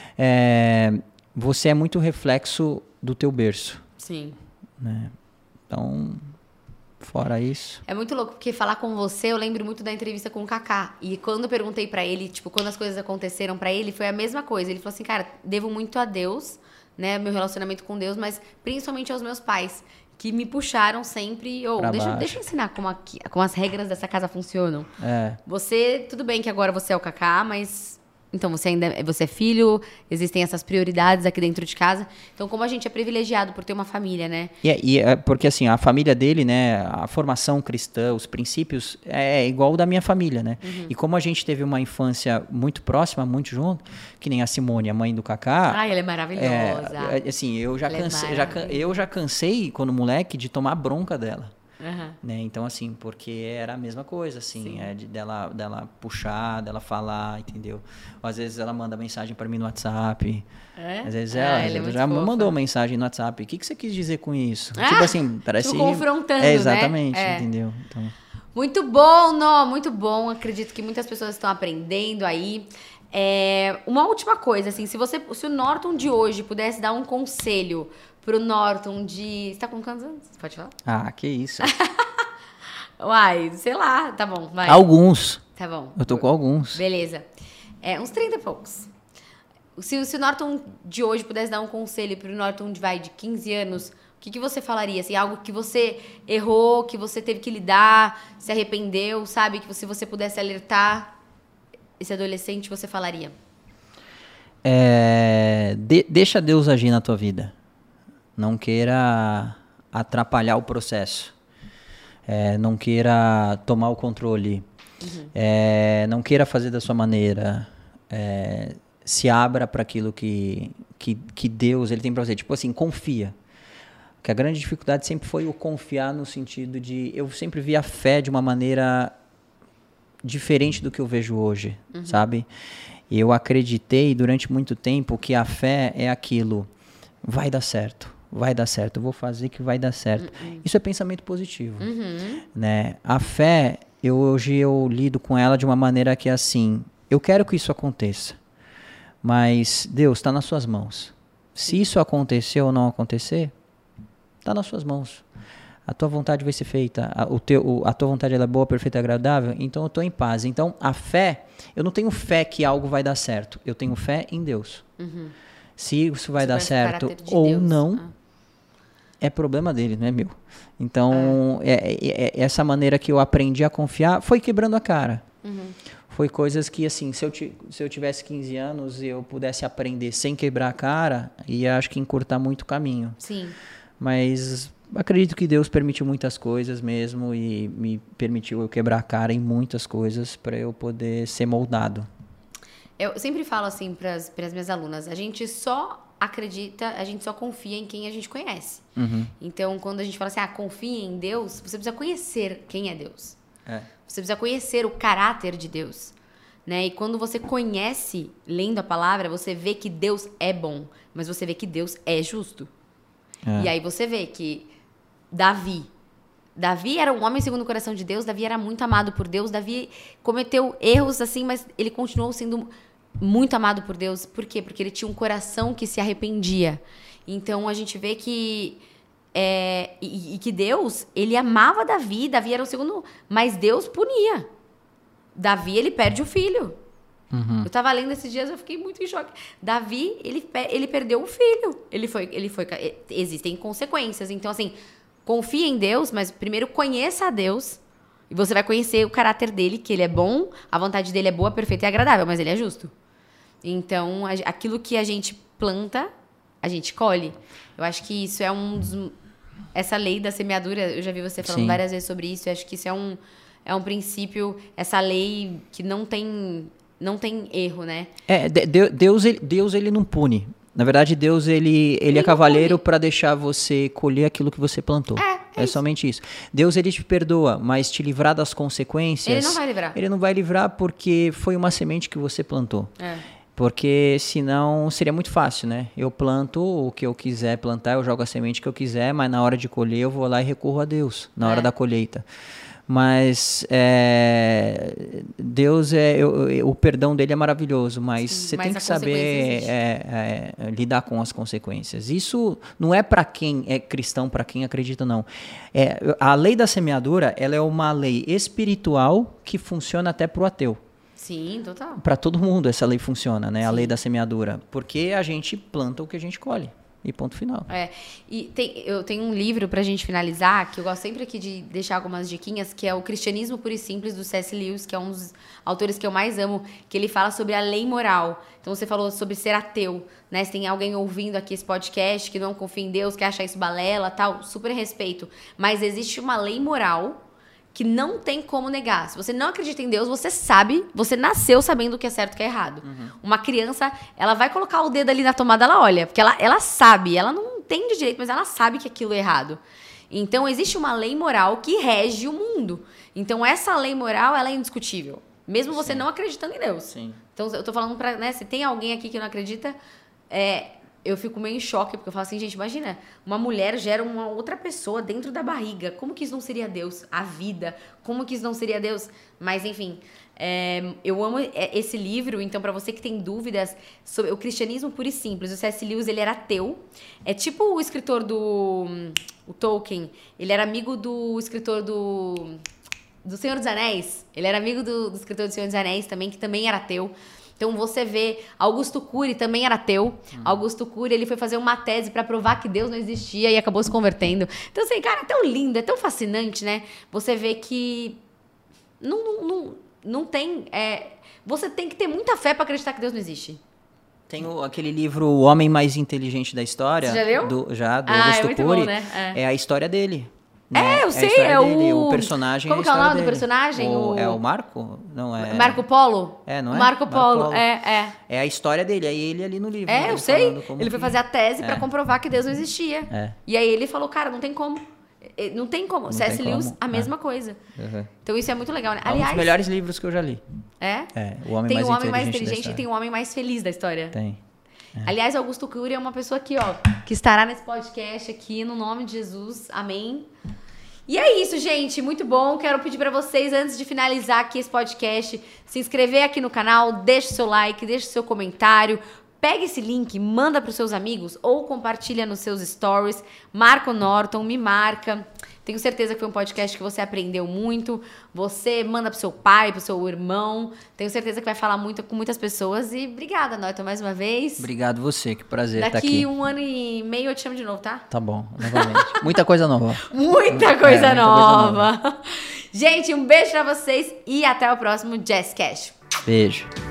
você é muito reflexo do teu berço. Sim. Né? Então, fora isso... É muito louco, porque falar com você, eu lembro muito da entrevista com o Kaká. E quando eu perguntei pra ele, tipo, quando as coisas aconteceram pra ele, foi a mesma coisa. Ele falou assim, cara, devo muito a Deus, né, meu relacionamento com Deus, mas principalmente aos meus pais, que me puxaram sempre... Deixa eu ensinar como as regras dessa casa funcionam. Você, tudo bem que agora você é o Kaká, mas... Então, você é filho, existem essas prioridades aqui dentro de casa. Então, como a gente é privilegiado por ter uma família, né? Porque, assim, a família dele, né, a formação cristã, os princípios, é igual da minha família, né? Uhum. E como a gente teve uma infância muito próxima, muito junto, que nem a Simone, a mãe do Kaká... ela é maravilhosa. Assim, eu já cansei, quando moleque, de tomar bronca dela. Uhum. Né? Então, assim, porque era a mesma coisa, assim, dela puxar, dela falar, entendeu? Ou, às vezes ela manda mensagem para mim no WhatsApp. Às vezes ela já mandou mensagem no WhatsApp. O que você quis dizer com isso? Tipo assim, parece... Tipo, confrontando, exatamente, né? Entendeu? Então... Muito bom, Nó, muito bom. Acredito que muitas pessoas estão aprendendo aí. Uma última coisa, assim, se o Norton de hoje pudesse dar um conselho pro Norton de... Você tá com quantos anos? Pode falar? Que isso. Uai, sei lá. Tá bom, vai. Alguns. Tá bom. Eu tô com alguns. Beleza. Uns 30 e poucos. Se o Norton de hoje pudesse dar um conselho pro Norton de 15 anos, o que você falaria? Assim, algo que você errou, que você teve que lidar, se arrependeu, sabe? Que se você pudesse alertar esse adolescente, você falaria? Deixa Deus agir na tua vida. Não queira atrapalhar o processo. Não queira tomar o controle. Uhum. Não queira fazer da sua maneira. Se abra para aquilo que Deus ele tem para você. Tipo assim, confia. Porque a grande dificuldade sempre foi o confiar no sentido de... Eu sempre vi a fé de uma maneira diferente do que eu vejo hoje, sabe? Eu acreditei durante muito tempo que a fé é aquilo... Vai dar certo, eu vou fazer que vai dar certo. Isso é pensamento positivo, né? A fé, hoje eu lido com ela de uma maneira que é assim, eu quero que isso aconteça, mas Deus, está nas suas mãos. Se isso acontecer ou não acontecer, está nas suas mãos. A tua vontade vai ser feita, a tua vontade ela é boa, perfeita e agradável, então eu estou em paz. Então a fé, eu não tenho fé que algo vai dar certo, eu tenho fé em Deus. Se isso vai dar certo ou Deus. Não, é problema dele, não é meu. Então, essa maneira que eu aprendi a confiar foi quebrando a cara. Foi coisas que, assim, se eu tivesse 15 anos e eu pudesse aprender sem quebrar a cara, ia, acho que, encurtar muito o caminho. Sim. Mas acredito que Deus permitiu muitas coisas mesmo e me permitiu eu quebrar a cara em muitas coisas para eu poder ser moldado. Eu sempre falo assim para as minhas alunas, a gente só acredita, a gente só confia em quem a gente conhece. Então, quando a gente fala assim, confia em Deus, você precisa conhecer quem é Deus. Você precisa conhecer o caráter de Deus. Né? E quando você conhece, lendo a palavra, você vê que Deus é bom, mas você vê que Deus é justo. E aí você vê que Davi era um homem segundo o coração de Deus, Davi era muito amado por Deus, Davi cometeu erros assim, mas ele continuou sendo muito amado por Deus. Por quê? Porque ele tinha um coração que se arrependia. Então a gente vê que que Deus, ele amava Davi era o segundo, mas Deus punia. Davi, ele perde o filho. Eu tava lendo esses dias, eu fiquei muito em choque. Davi, ele perdeu o filho. Existem consequências. Então, assim, confie em Deus, mas primeiro conheça a Deus. E você vai conhecer o caráter dele, que ele é bom, a vontade dele é boa, perfeita e agradável, mas ele é justo. Então, aquilo que a gente planta, a gente colhe. Eu acho que isso é essa lei da semeadura, eu já vi você falando várias vezes sobre isso, eu acho que isso é um princípio, essa lei que não tem erro, né? Deus ele não pune. Na verdade, Deus ele é cavaleiro para deixar você colher aquilo que você plantou. É somente isso. Deus ele te perdoa, mas te livrar das consequências... Ele não vai livrar. Ele não vai livrar porque foi uma semente que você plantou. Porque senão seria muito fácil, né? Eu planto o que eu quiser plantar, eu jogo a semente que eu quiser, mas na hora de colher eu vou lá e recorro a Deus, na hora da colheita. Mas Deus, o perdão dele é maravilhoso, mas você tem que saber lidar com as consequências. Isso não é para quem é cristão, para quem acredita, não. A lei da semeadura, ela é uma lei espiritual que funciona até para o ateu. Sim, total. Para todo mundo essa lei funciona, né? Sim. A lei da semeadura. Porque a gente planta o que a gente colhe. E ponto final. E eu tenho um livro pra gente finalizar, que eu gosto sempre aqui de deixar algumas diquinhas, que é o Cristianismo Puro e Simples, do C.S. Lewis, que é um dos autores que eu mais amo, que ele fala sobre a lei moral. Então, você falou sobre ser ateu, né? Se tem alguém ouvindo aqui esse podcast que não confia em Deus, que acha isso balela, tal, super respeito. Mas existe uma lei moral que não tem como negar. Se você não acredita em Deus, você sabe, você nasceu sabendo o que é certo e o que é errado. Uma criança, ela vai colocar o dedo ali na tomada, ela olha, porque ela sabe, ela não entende direito, mas ela sabe que aquilo é errado. Então, existe uma lei moral que rege o mundo. Então, essa lei moral, ela é indiscutível. Mesmo você não acreditando em Deus. Sim. Então, eu tô falando pra, né, se tem alguém aqui que não acredita, eu fico meio em choque, porque eu falo assim, gente, imagina, uma mulher gera uma outra pessoa dentro da barriga. Como que isso não seria Deus? A vida. Como que isso não seria Deus? Mas, enfim, eu amo esse livro. Então, para você que tem dúvidas sobre o cristianismo puro e simples, o C.S. Lewis, ele era ateu. É tipo o escritor o Tolkien. Ele era amigo do escritor do Senhor dos Anéis. Ele era amigo do escritor do Senhor dos Anéis também, que também era ateu. Então, você vê, Augusto Cury também era ateu. Augusto Cury, ele foi fazer uma tese para provar que Deus não existia e acabou se convertendo. Então, assim, cara, é tão lindo, é tão fascinante, né? Você vê que não tem... você tem que ter muita fé para acreditar que Deus não existe. Tem aquele livro O Homem Mais Inteligente da História. Você já leu? Do Augusto Cury. Bom, né? É a história dele. Eu sei, o personagem. Como que é o nome do personagem? É o Marco? Não é. Marco Polo? Não é? Marco Polo, É a história dele, é ele ali no livro. Eu sei. Ele foi fazer a tese pra comprovar que Deus não existia. E aí ele falou, cara, não tem como. Não tem como. C.S. Lewis, a mesma coisa. Então isso é muito legal, né? Aliás, um dos melhores livros que eu já li. O Homem Mais Inteligente e tem o Homem Mais Feliz da história. Tem. Aliás, Augusto Cury é uma pessoa aqui, ó, que estará nesse podcast aqui, no nome de Jesus. Amém. E é isso, gente. Muito bom. Quero pedir pra vocês, antes de finalizar aqui esse podcast, se inscrever aqui no canal, deixe seu like, deixe seu comentário, pega esse link, manda pros seus amigos ou compartilha nos seus stories. Marca o Norton, me marca. Tenho certeza que foi um podcast que você aprendeu muito. Você manda pro seu pai, pro seu irmão. Tenho certeza que vai falar muito com muitas pessoas. E obrigada, Norton, mais uma vez. Obrigado você, que prazer estar aqui. Daqui 1 ano e meio eu te chamo de novo, tá? Tá bom, novamente. Muita coisa nova. Muita coisa nova. Gente, um beijo pra vocês e até o próximo Jazz Cash. Beijo.